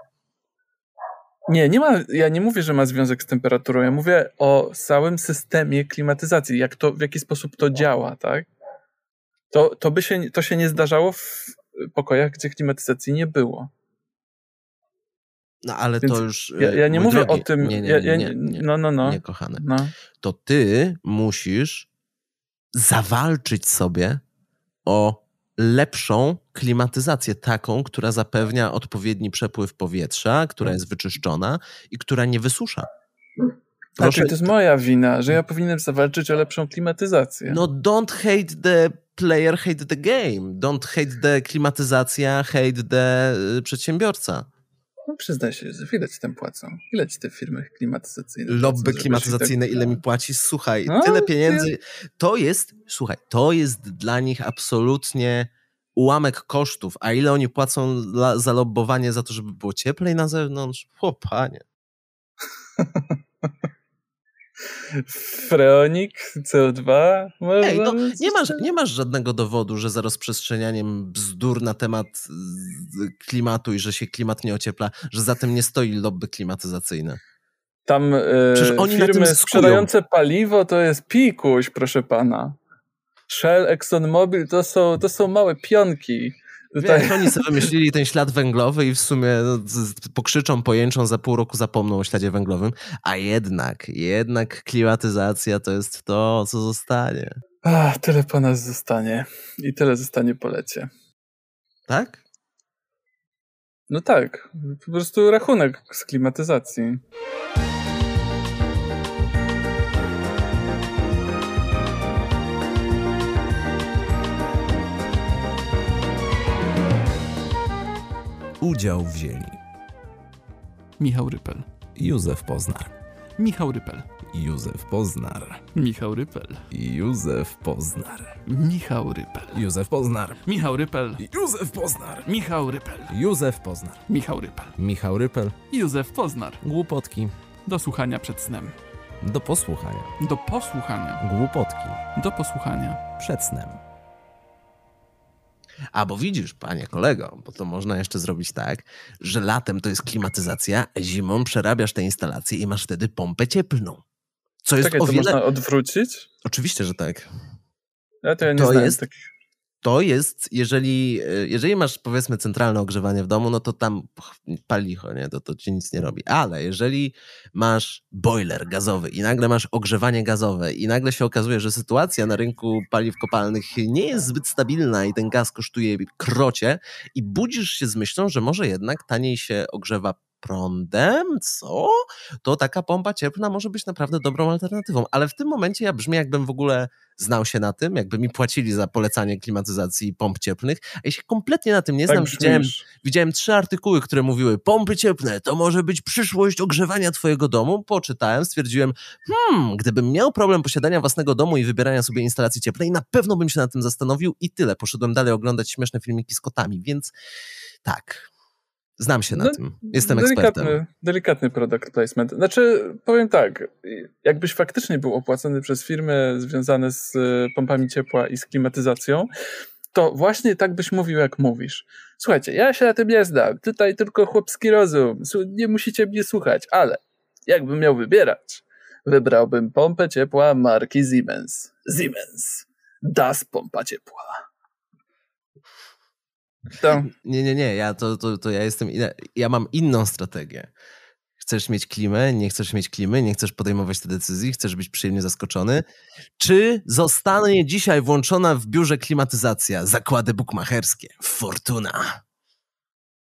Nie ma, ja nie mówię, że ma związek z temperaturą. Ja mówię o całym systemie klimatyzacji, w jaki sposób to działa, tak? To się nie zdarzało w pokojach, gdzie klimatyzacji nie było. No ale więc to już... Ja nie mówię drogi, o tym... Nie, kochany. To ty musisz zawalczyć sobie o lepszą klimatyzację, taką, która zapewnia odpowiedni przepływ powietrza, która jest wyczyszczona i która nie wysusza. Znaczy, to jest moja wina, że ja powinienem zawalczyć o lepszą klimatyzację. No don't hate the player, hate the game. Don't hate the klimatyzacja, hate the przedsiębiorca. No przyznaj się, że ile ci tam płacą? Ile ci te firmy klimatyzacyjne Lobby klimatyzacyjne, ile mi płaci? Słuchaj, tyle pieniędzy. To jest dla nich absolutnie ułamek kosztów. A ile oni płacą za lobbowanie, za to, żeby było cieplej na zewnątrz? Panie. Freonik, CO2? Nie masz żadnego dowodu, że za rozprzestrzenianiem bzdur na temat klimatu i że się klimat nie ociepla, że za tym nie stoi lobby klimatyzacyjne. Tam firmy sprzedające paliwo to jest pikuś, proszę pana. Shell, ExxonMobil to są małe pionki. Wiesz, oni sobie wymyślili ten ślad węglowy i w sumie pokrzyczą, pojęczą, za pół roku zapomną o śladzie węglowym, a jednak klimatyzacja to jest to, co zostanie. Tyle po nas zostanie i tyle zostanie po lecie. Tak? No tak, po prostu rachunek z klimatyzacji. Udział wzięli Michał Rypel, Józef Poznar, Michał Rypel, Józef Poznar, Michał Rypel, Józef Poznar, Michał Rypel, Józef Poznar, Michał Rypel, Józef Poznar, Michał Rypel, Józef Poznar, Michał Rypel, Michał Rypel, Józef Poznar. Głupotki. Do słuchania przed snem. Do posłuchania. Do posłuchania. Głupotki. Do posłuchania. Przed snem. A bo widzisz, panie kolego, bo to można jeszcze zrobić tak, że latem to jest klimatyzacja, a zimą przerabiasz tę instalację i masz wtedy pompę cieplną. Co jest to można odwrócić? Oczywiście, że tak. Ja nie znałem jest takich. to jest, jeżeli masz powiedzmy centralne ogrzewanie w domu, no to tam palicho, nie? To ci nic nie robi. Ale jeżeli masz boiler gazowy i nagle masz ogrzewanie gazowe i nagle się okazuje, że sytuacja na rynku paliw kopalnych nie jest zbyt stabilna i ten gaz kosztuje krocie i budzisz się z myślą, że może jednak taniej się ogrzewa prądem, co? To taka pompa cieplna może być naprawdę dobrą alternatywą. Ale w tym momencie ja brzmię, jakbym w ogóle znał się na tym, jakby mi płacili za polecanie klimatyzacji pomp cieplnych, a ja się kompletnie na tym nie znam. Widziałem 3 artykuły, które mówiły, pompy cieplne to może być przyszłość ogrzewania twojego domu. Poczytałem, stwierdziłem, gdybym miał problem posiadania własnego domu i wybierania sobie instalacji cieplnej, na pewno bym się nad tym zastanowił i tyle. Poszedłem dalej oglądać śmieszne filmiki z kotami, więc tak... Znam się na tym. Jestem ekspertem. Delikatny product placement. Znaczy, powiem tak, jakbyś faktycznie był opłacony przez firmy związane z pompami ciepła i z klimatyzacją, to właśnie tak byś mówił, jak mówisz. Słuchajcie, ja się na tym nie znam. Tutaj tylko chłopski rozum. Nie musicie mnie słuchać, ale jakbym miał wybierać, wybrałbym pompę ciepła marki Siemens. Siemens. Das pompa ciepła. To. Nie, ja mam inną strategię. Chcesz mieć klimę, nie chcesz mieć klimy, nie chcesz podejmować te decyzji, chcesz być przyjemnie zaskoczony. Czy zostanie dzisiaj włączona w biurze klimatyzacja, zakłady bukmacherskie, Fortuna?